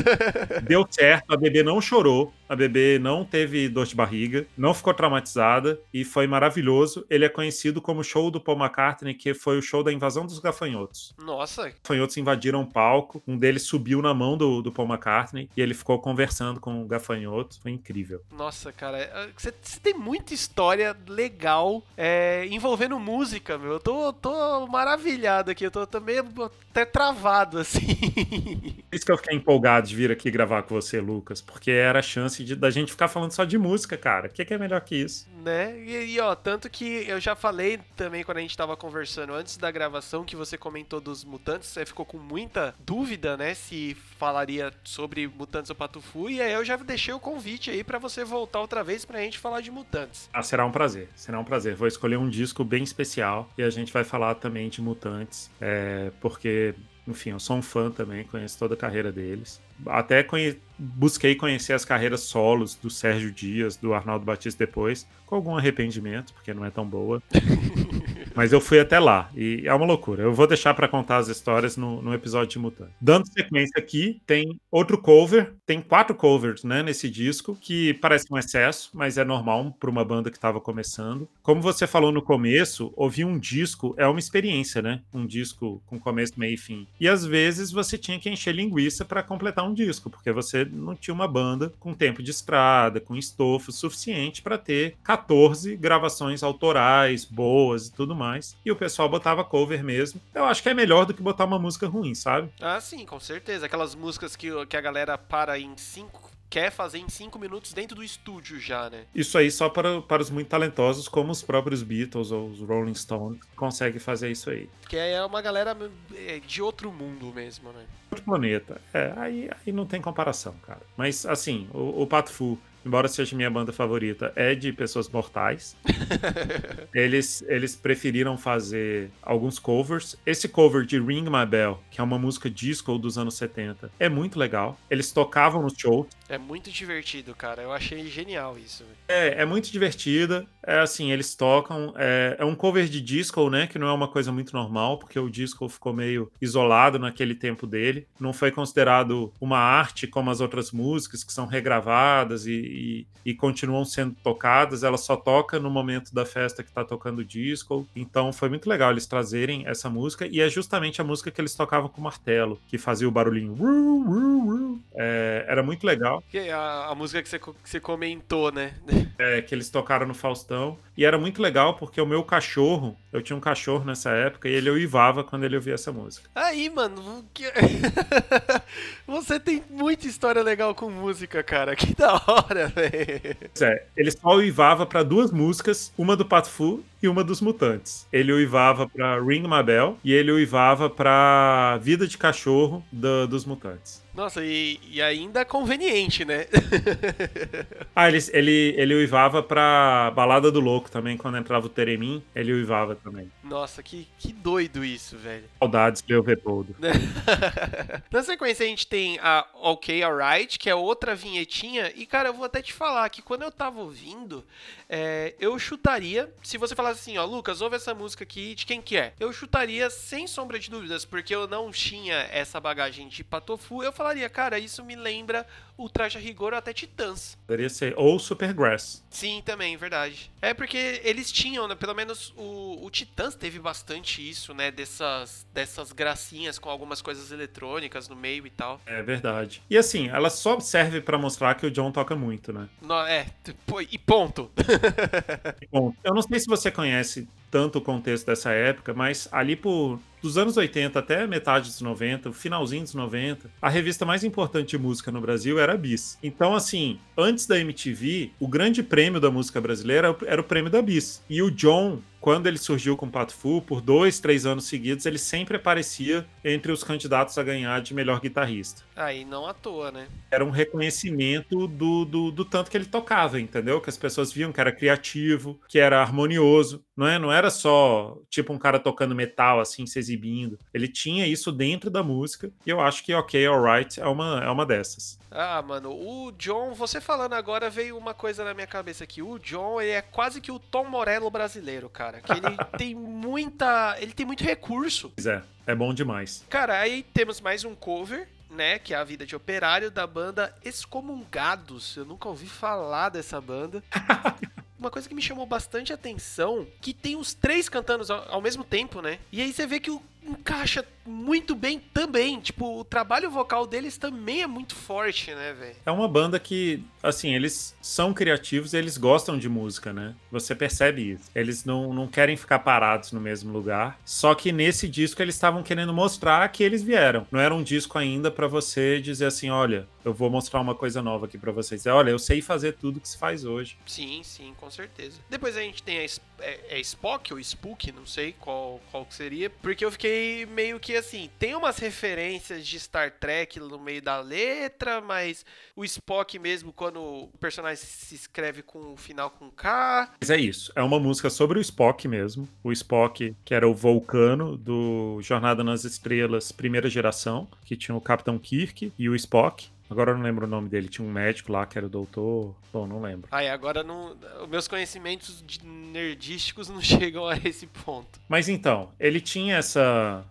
Deu certo, a bebê não chorou, a bebê não teve dor de barriga, não ficou traumatizada e foi maravilhoso. Ele é conhecido como show do Paul McCartney, que foi o show da invasão dos gafanhotos. Nossa. Os gafanhotos invadiram o palco, um deles subiu na mão do Paul McCartney e ele ficou conversando com o gafanhoto. Foi incrível. Nossa, cara, você tem muita história legal envolvendo música, meu. Eu tô maravilhado aqui, eu tô meio até travado, assim. Por isso que eu fiquei empolgado de vir aqui gravar com você, Lucas, porque era a chance da gente ficar falando só de música, cara. O que é melhor que isso? Né? E tanto que eu já falei também quando a gente tava conversando antes da gravação, que você comentou dos Mutantes, você ficou com muita dúvida, né, se falaria sobre Mutantes ou Patufu, e aí eu já deixei o convite aí pra você voltar outra vez pra gente falar de Mutantes. Será um prazer, Vou escolher um disco bem especial e a gente vai falar também de Mutantes, porque, enfim, eu sou um fã também, conheço toda a carreira deles. Até busquei conhecer as carreiras solos do Sérgio Dias, do Arnaldo Batista depois, com algum arrependimento, porque não é tão boa. Mas eu fui até lá, e é uma loucura. Eu vou deixar pra contar as histórias no episódio de Mutante. Dando sequência aqui, tem outro cover, tem 4 covers, né, nesse disco, que parece um excesso, mas é normal pra uma banda que tava começando. Como você falou no começo, ouvir um disco é uma experiência, né? Um disco com começo, meio e fim. E às vezes você tinha que encher linguiça pra completar um disco, porque você não tinha uma banda com tempo de estrada, com estofo suficiente pra ter 14 gravações autorais, boas e tudo mais. E o pessoal botava cover mesmo. Eu acho que é melhor do que botar uma música ruim, sabe? Ah, sim, com certeza. Aquelas músicas que a galera quer fazer em 5 minutos dentro do estúdio já, né? Isso aí só para os muito talentosos, como os próprios Beatles ou os Rolling Stones, conseguem fazer isso aí. Que é uma galera de outro mundo mesmo, né? Outro planeta. Aí não tem comparação, cara. Mas, assim, o Pato Fu embora seja minha banda favorita, é de pessoas mortais. Eles preferiram fazer alguns covers. Esse cover de Ring My Bell, que é uma música disco dos anos 70, é muito legal. Eles tocavam no show. É muito divertido, cara. Eu achei genial isso. É muito divertida. É assim, eles tocam. É um cover de disco, né? Que não é uma coisa muito normal, porque o disco ficou meio isolado naquele tempo dele. Não foi considerado uma arte como as outras músicas, que são regravadas e continuam sendo tocadas. Ela só toca no momento da festa que tá tocando disco. Então foi muito legal eles trazerem essa música. E é justamente a música que eles tocavam com o martelo, que fazia o barulhinho. Era muito legal. Que é a música que você comentou, né? Que eles tocaram no Faustão. E era muito legal porque o meu cachorro, eu tinha um cachorro nessa época e ele uivava quando ele ouvia essa música. Aí, mano, você tem muita história legal com música, cara. Que da hora, velho. Ele só uivava pra duas músicas, uma do Pato Fu e uma dos Mutantes. Ele uivava pra Ring My Bell e ele uivava pra Vida de Cachorro dos Mutantes. Nossa, e ainda conveniente, né? Ele uivava pra Balada do Louco também, quando entrava o Teremin, ele uivava também. Nossa, que doido isso, velho. Saudades de eu ver todo. Na sequência a gente tem a OK Alright, que é outra vinhetinha. E, cara, eu vou até te falar que quando eu tava ouvindo, eu chutaria, se você falasse assim, ó, Lucas, ouve essa música aqui, de quem que é? Eu chutaria sem sombra de dúvidas, porque eu não tinha essa bagagem de Patofu. Eu falaria, cara, isso me lembra o Traje a Rigor ou até Titãs. Poderia ser ou Supergrass. Sim, também, verdade. É porque eles tinham, né, pelo menos o Titãs teve bastante isso, né, dessas gracinhas com algumas coisas eletrônicas no meio e tal. É verdade. E assim, ela só serve pra mostrar que o John toca muito, né? E ponto. Bom, eu não sei se você conhece tanto o contexto dessa época, mas ali dos anos 80 até metade dos 90, o finalzinho dos 90, a revista mais importante de música no Brasil era a Bis. Então, assim, antes da MTV, o grande prêmio da música brasileira era o prêmio da Bis. E o John, quando ele surgiu com o Pato Fu, por 2, 3 anos seguidos, ele sempre aparecia entre os candidatos a ganhar de melhor guitarrista. Aí não à toa, né? Era um reconhecimento do tanto que ele tocava, entendeu? Que as pessoas viam que era criativo, que era harmonioso, não era só tipo um cara tocando metal assim, se exibindo. Ele tinha isso dentro da música e eu acho que OK Alright é uma dessas. Ah, mano, o John, você falando agora, veio uma coisa na minha cabeça aqui. O John, ele é quase que o Tom Morello brasileiro, cara. Que ele tem muito recurso. Pois é bom demais. Cara, aí temos mais um cover, né, que é A Vida de Operário, da banda Excomungados. Eu nunca ouvi falar dessa banda. Uma coisa que me chamou bastante atenção, que tem os três cantando ao mesmo tempo, né? E aí você vê que encaixa muito bem também. Tipo, o trabalho vocal deles também é muito forte, né, velho? É uma banda que, assim, eles são criativos e eles gostam de música, né? Você percebe isso. Eles não querem ficar parados no mesmo lugar. Só que nesse disco eles estavam querendo mostrar que eles vieram. Não era um disco ainda pra você dizer assim, olha, eu vou mostrar uma coisa nova aqui pra vocês. Olha, eu sei fazer tudo que se faz hoje. Sim, com certeza. Depois a gente tem a Spock ou Spook, não sei qual que seria, porque eu fiquei meio que assim, tem umas referências de Star Trek no meio da letra, mas o Spock mesmo, quando o personagem se escreve com o final com K. Mas é isso, é uma música sobre o Spock mesmo. O Spock, que era o Vulcano do Jornada nas Estrelas, primeira geração, que tinha o Capitão Kirk e o Spock. Agora eu não lembro o nome dele. Tinha um médico lá que era o doutor. Bom, não lembro. Agora não. Os meus conhecimentos nerdísticos não chegam a esse ponto. Mas então, ele tinha essa.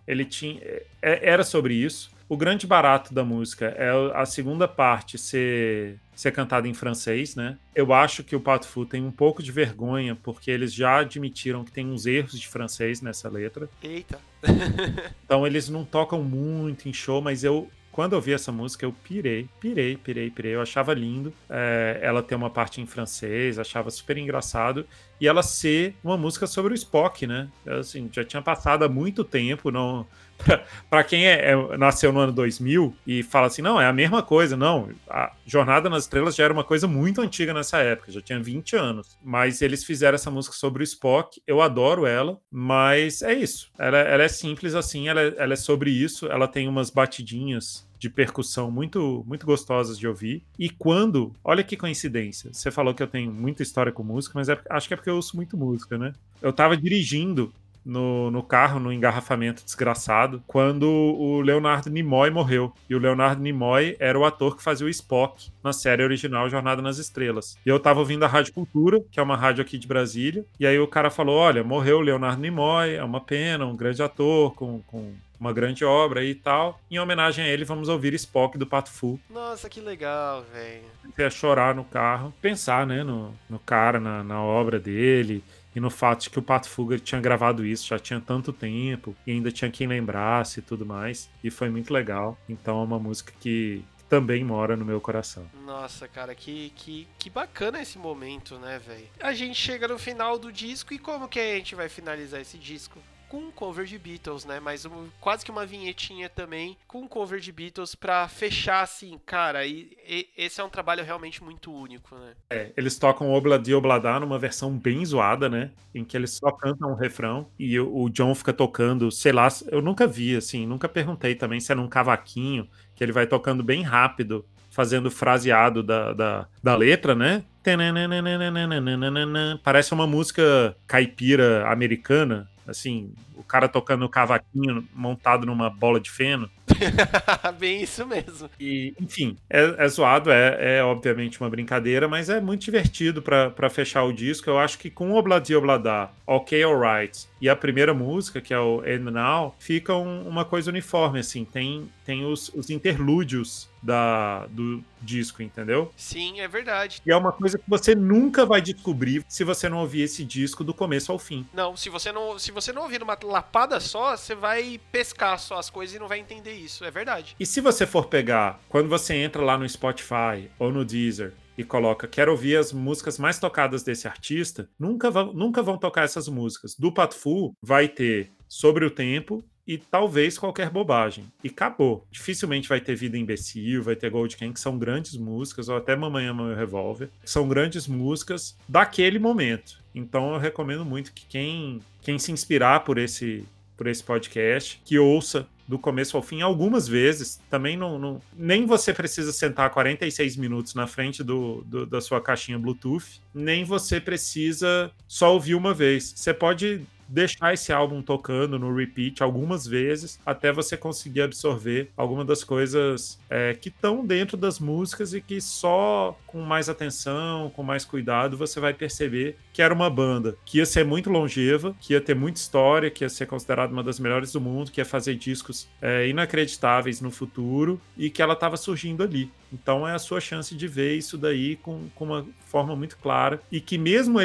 Era sobre isso. O grande barato da música é a segunda parte ser cantada em francês, né? Eu acho que o Pato Fu tem um pouco de vergonha, porque eles já admitiram que tem uns erros de francês nessa letra. Eita. Então eles não tocam muito em show, mas quando eu vi essa música, eu pirei. Eu achava lindo ela ter uma parte em francês, achava super engraçado. E ela ser uma música sobre o Spock, né? Assim, já tinha passado há muito tempo, não... Pra quem nasceu no ano 2000 e fala assim, não, é a mesma coisa. Não, a Jornada nas Estrelas já era uma coisa muito antiga nessa época, já tinha 20 anos. Mas eles fizeram essa música sobre o Spock, eu adoro ela, mas é isso. Ela é simples assim, ela é sobre isso, ela tem umas batidinhas de percussão muito, muito gostosas de ouvir. E quando, olha que coincidência, você falou que eu tenho muita história com música, mas acho que é porque eu ouço muito música, né? Eu tava dirigindo no carro, no engarrafamento desgraçado, quando o Leonard Nimoy morreu. E o Leonard Nimoy era o ator que fazia o Spock na série original Jornada nas Estrelas. E eu tava ouvindo a Rádio Cultura, que é uma rádio aqui de Brasília, e aí o cara falou, olha, morreu o Leonard Nimoy, é uma pena, um grande ator com uma grande obra e tal. Em homenagem a ele, vamos ouvir Spock do Pato Fu. Nossa, que legal, velho. Comecei a chorar no carro, pensar, né, no cara, na obra dele, e no fato de que o Pato Fu tinha gravado isso, já tinha tanto tempo, e ainda tinha quem lembrasse e tudo mais, e foi muito legal. Então é uma música que também mora no meu coração. Nossa, cara, que bacana esse momento, né, velho? A gente chega no final do disco e como que a gente vai finalizar esse disco? Com um cover de Beatles, né? Mas quase que uma vinhetinha também com um cover de Beatles pra fechar assim, cara. E esse é um trabalho realmente muito único, né? Eles tocam Obladi Oblada numa versão bem zoada, né? Em que eles só cantam um refrão e o John fica tocando, sei lá, eu nunca vi, assim, nunca perguntei também se era um cavaquinho, que ele vai tocando bem rápido, fazendo fraseado da letra, né? Parece uma música caipira americana, assim, o cara tocando o cavaquinho montado numa bola de feno. Bem isso mesmo. E, enfim, é zoado, é obviamente uma brincadeira, mas é muito divertido pra fechar o disco. Eu acho que com o Obladi Oblada, Ok Alright e a primeira música, que é o And Now, fica uma coisa uniforme, assim, tem os interlúdios do disco, entendeu? Sim, é verdade. E é uma coisa que você nunca vai descobrir se você não ouvir esse disco do começo ao fim. Não, se você não ouvir numa lapada só, você vai pescar só as coisas e não vai entender isso, é verdade. E se você for pegar, quando você entra lá no Spotify ou no Deezer e coloca, quero ouvir as músicas mais tocadas desse artista, nunca vão tocar essas músicas. Do Pato Fu vai ter Sobre o Tempo e talvez Qualquer Bobagem. E acabou. Dificilmente vai ter Vida Imbecil, vai ter Gold King, que são grandes músicas, ou até Mamãe Ama Meu Revólver, que são grandes músicas daquele momento. Então eu recomendo muito que quem se inspirar por esse podcast, que ouça do começo ao fim algumas vezes. Também nem você precisa sentar 46 minutos na frente da sua caixinha Bluetooth, nem você precisa só ouvir uma vez. Você pode deixar esse álbum tocando no repeat algumas vezes até você conseguir absorver algumas das coisas que estão dentro das músicas e que só com mais atenção, com mais cuidado, você vai perceber que era uma banda que ia ser muito longeva, que ia ter muita história, que ia ser considerada uma das melhores do mundo, que ia fazer discos inacreditáveis no futuro e que ela estava surgindo ali. Então é a sua chance de ver isso daí com uma forma muito clara e que mesmo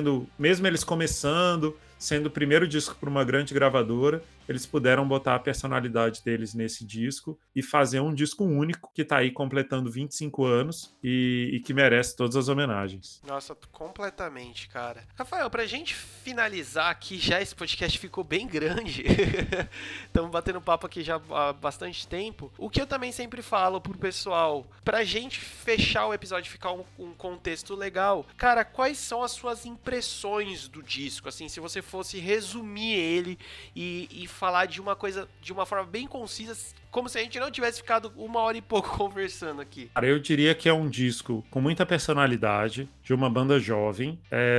eles começando, sendo o primeiro disco para uma grande gravadora, eles puderam botar a personalidade deles nesse disco e fazer um disco único que tá aí completando 25 anos e que merece todas as homenagens. Nossa, completamente, cara. Rafael, pra gente finalizar aqui, já esse podcast ficou bem grande. Estamos batendo papo aqui já há bastante tempo. O que eu também sempre falo pro pessoal, pra gente fechar o episódio e ficar um contexto legal, cara, quais são as suas impressões do disco? Assim, se você fosse resumir ele e falar de uma coisa de uma forma bem concisa, como se a gente não tivesse ficado 1 hora e pouco conversando aqui. Cara, eu diria que é um disco com muita personalidade, de uma banda jovem,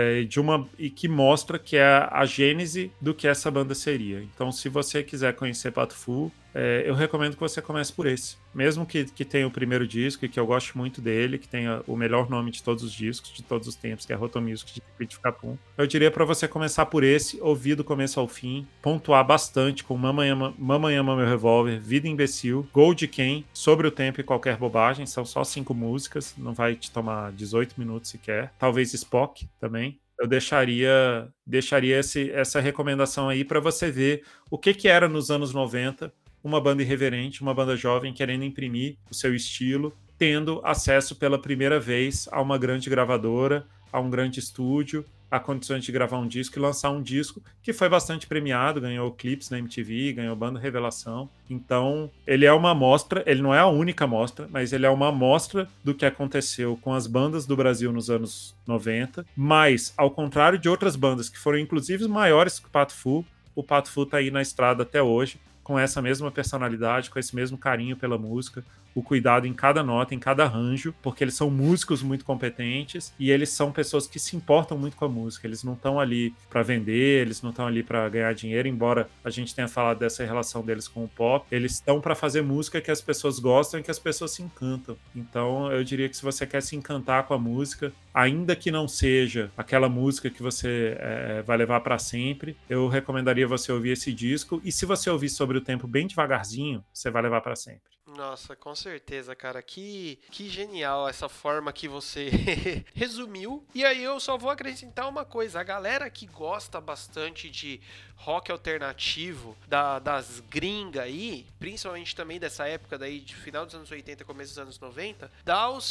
e que mostra que é a gênese do que essa banda seria. Então, se você quiser conhecer Pato Fu, eu recomendo que você comece por esse. Mesmo que tenha o primeiro disco e que eu goste muito dele, que tenha o melhor nome de todos os discos, de todos os tempos, que é Rotom Music de Pit Capum. Eu diria pra você começar por esse, ouvir do começo ao fim, pontuar bastante com Mamãe Ama Meu Revólver, Vida Imbecil, Gold Ken, Sobre o Tempo e Qualquer Bobagem. São só 5 músicas, não vai te tomar 18 minutos sequer. Talvez Spock também. Eu deixaria essa recomendação aí pra você ver o que era nos anos 90 uma banda irreverente, uma banda jovem querendo imprimir o seu estilo, tendo acesso pela primeira vez a uma grande gravadora, a um grande estúdio, a condições de gravar um disco e lançar um disco que foi bastante premiado, ganhou clipes na MTV, ganhou Banda Revelação. Então, ele é uma amostra, ele não é a única amostra, mas ele é uma amostra do que aconteceu com as bandas do Brasil nos anos 90, mas, ao contrário de outras bandas que foram inclusive maiores que o Pato Fu tá aí na estrada até hoje, com essa mesma personalidade, com esse mesmo carinho pela música, o cuidado em cada nota, em cada arranjo, porque eles são músicos muito competentes e eles são pessoas que se importam muito com a música. Eles não estão ali para vender, eles não estão ali para ganhar dinheiro, embora a gente tenha falado dessa relação deles com o pop. Eles estão para fazer música que as pessoas gostam e que as pessoas se encantam. Então eu diria que se você quer se encantar com a música, ainda que não seja aquela música que você vai levar para sempre, eu recomendaria você ouvir esse disco, e se você ouvir Sobre o Tempo bem devagarzinho, você vai levar para sempre. Nossa, com certeza, cara. Que genial essa forma que você resumiu. E aí eu só vou acrescentar uma coisa. A galera que gosta bastante de rock alternativo, das gringas aí, principalmente também dessa época daí, de final dos anos 80, começo dos anos 90, dá o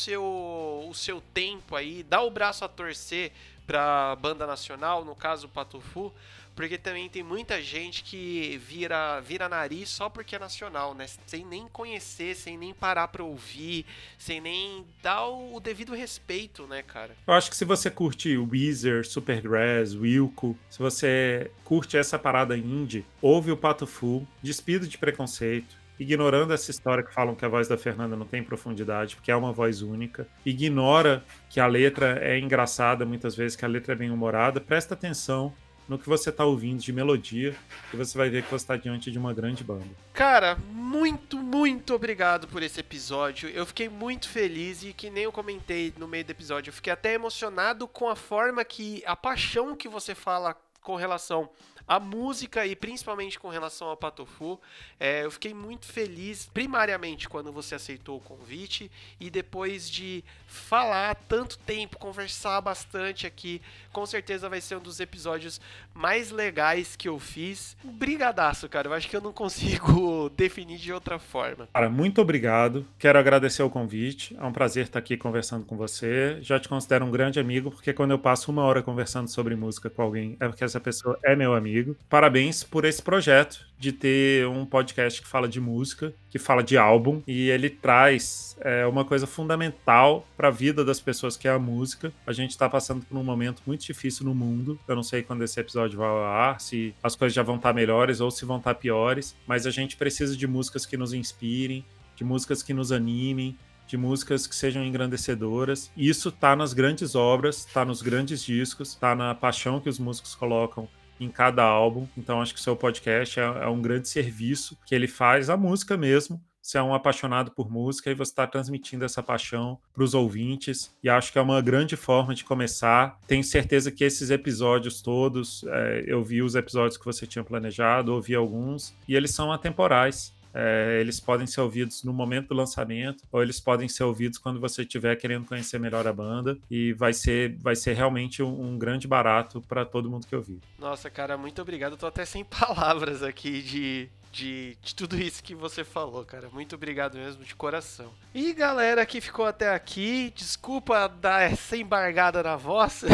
seu tempo aí, dá o braço a torcer pra banda nacional, no caso o Patufu, porque também tem muita gente que vira nariz só porque é nacional, né? Sem nem conhecer, sem nem parar pra ouvir, sem nem dar o devido respeito, né, cara? Eu acho que se você curte Weezer, Supergrass, Wilco, se você curte essa parada indie, ouve o Patufu, despido de preconceito, ignorando essa história que falam que a voz da Fernanda não tem profundidade, porque é uma voz única, ignora que a letra é engraçada muitas vezes, que a letra é bem humorada, presta atenção no que você tá ouvindo de melodia e você vai ver que você tá diante de uma grande banda. Cara, muito, muito obrigado por esse episódio. Eu fiquei muito feliz e que nem eu comentei no meio do episódio, eu fiquei até emocionado com a forma a paixão que você fala com relação à música e principalmente com relação ao Patufu. Eu fiquei muito feliz, primariamente, quando você aceitou o convite e depois de falar tanto tempo, conversar bastante aqui. Com certeza vai ser um dos episódios mais legais que eu fiz. Brigadaço, cara. Eu acho que eu não consigo definir de outra forma. Cara, muito obrigado. Quero agradecer o convite. É um prazer estar aqui conversando com você. Já te considero um grande amigo, porque quando eu passo 1 hora conversando sobre música com alguém, é porque essa pessoa é meu amigo. Parabéns por esse projeto de ter um podcast que fala de música, que fala de álbum, e ele traz uma coisa fundamental para a vida das pessoas, que é a música. A gente está passando por um momento muito difícil no mundo. Eu não sei quando esse episódio vai ao ar, se as coisas já vão estar melhores ou se vão estar piores, mas a gente precisa de músicas que nos inspirem, de músicas que nos animem, de músicas que sejam engrandecedoras. E isso tá nas grandes obras, tá nos grandes discos, tá na paixão que os músicos colocam em cada álbum. Então acho que o seu podcast é um grande serviço que ele faz à música mesmo. Você é um apaixonado por música e você está transmitindo essa paixão para os ouvintes, e acho que é uma grande forma de começar. Tenho certeza que esses episódios todos, eu vi os episódios que você tinha planejado, ouvi alguns, e eles são atemporais. Eles podem ser ouvidos no momento do lançamento, ou eles podem ser ouvidos quando você estiver querendo conhecer melhor a banda, e vai ser realmente um grande barato para todo mundo que ouvir. Nossa, cara, muito obrigado. Eu tô até sem palavras aqui de tudo isso que você falou, cara. Muito obrigado mesmo, de coração. E galera que ficou até aqui, desculpa dar essa embargada na voz,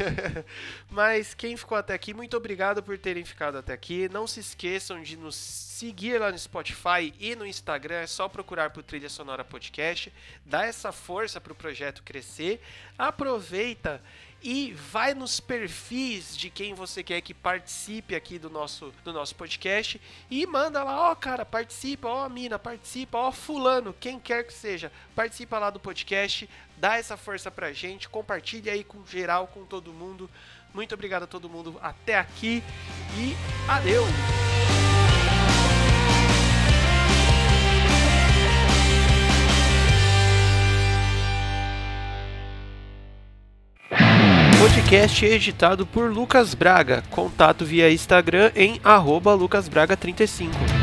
mas quem ficou até aqui, muito obrigado por terem ficado até aqui. Não se esqueçam de nos seguir lá no Spotify e no Instagram, é só procurar por Trilha Sonora Podcast, dá essa força pro projeto crescer. Aproveita e vai nos perfis de quem você quer que participe aqui do nosso podcast e manda lá, ó, cara, participa, ó, mina, participa, ó, fulano, quem quer que seja, participa lá do podcast, dá essa força pra gente, compartilha aí com geral, com todo mundo. Muito obrigado a todo mundo até aqui e adeus! Podcast editado por Lucas Braga. Contato via Instagram em @lucasbraga35.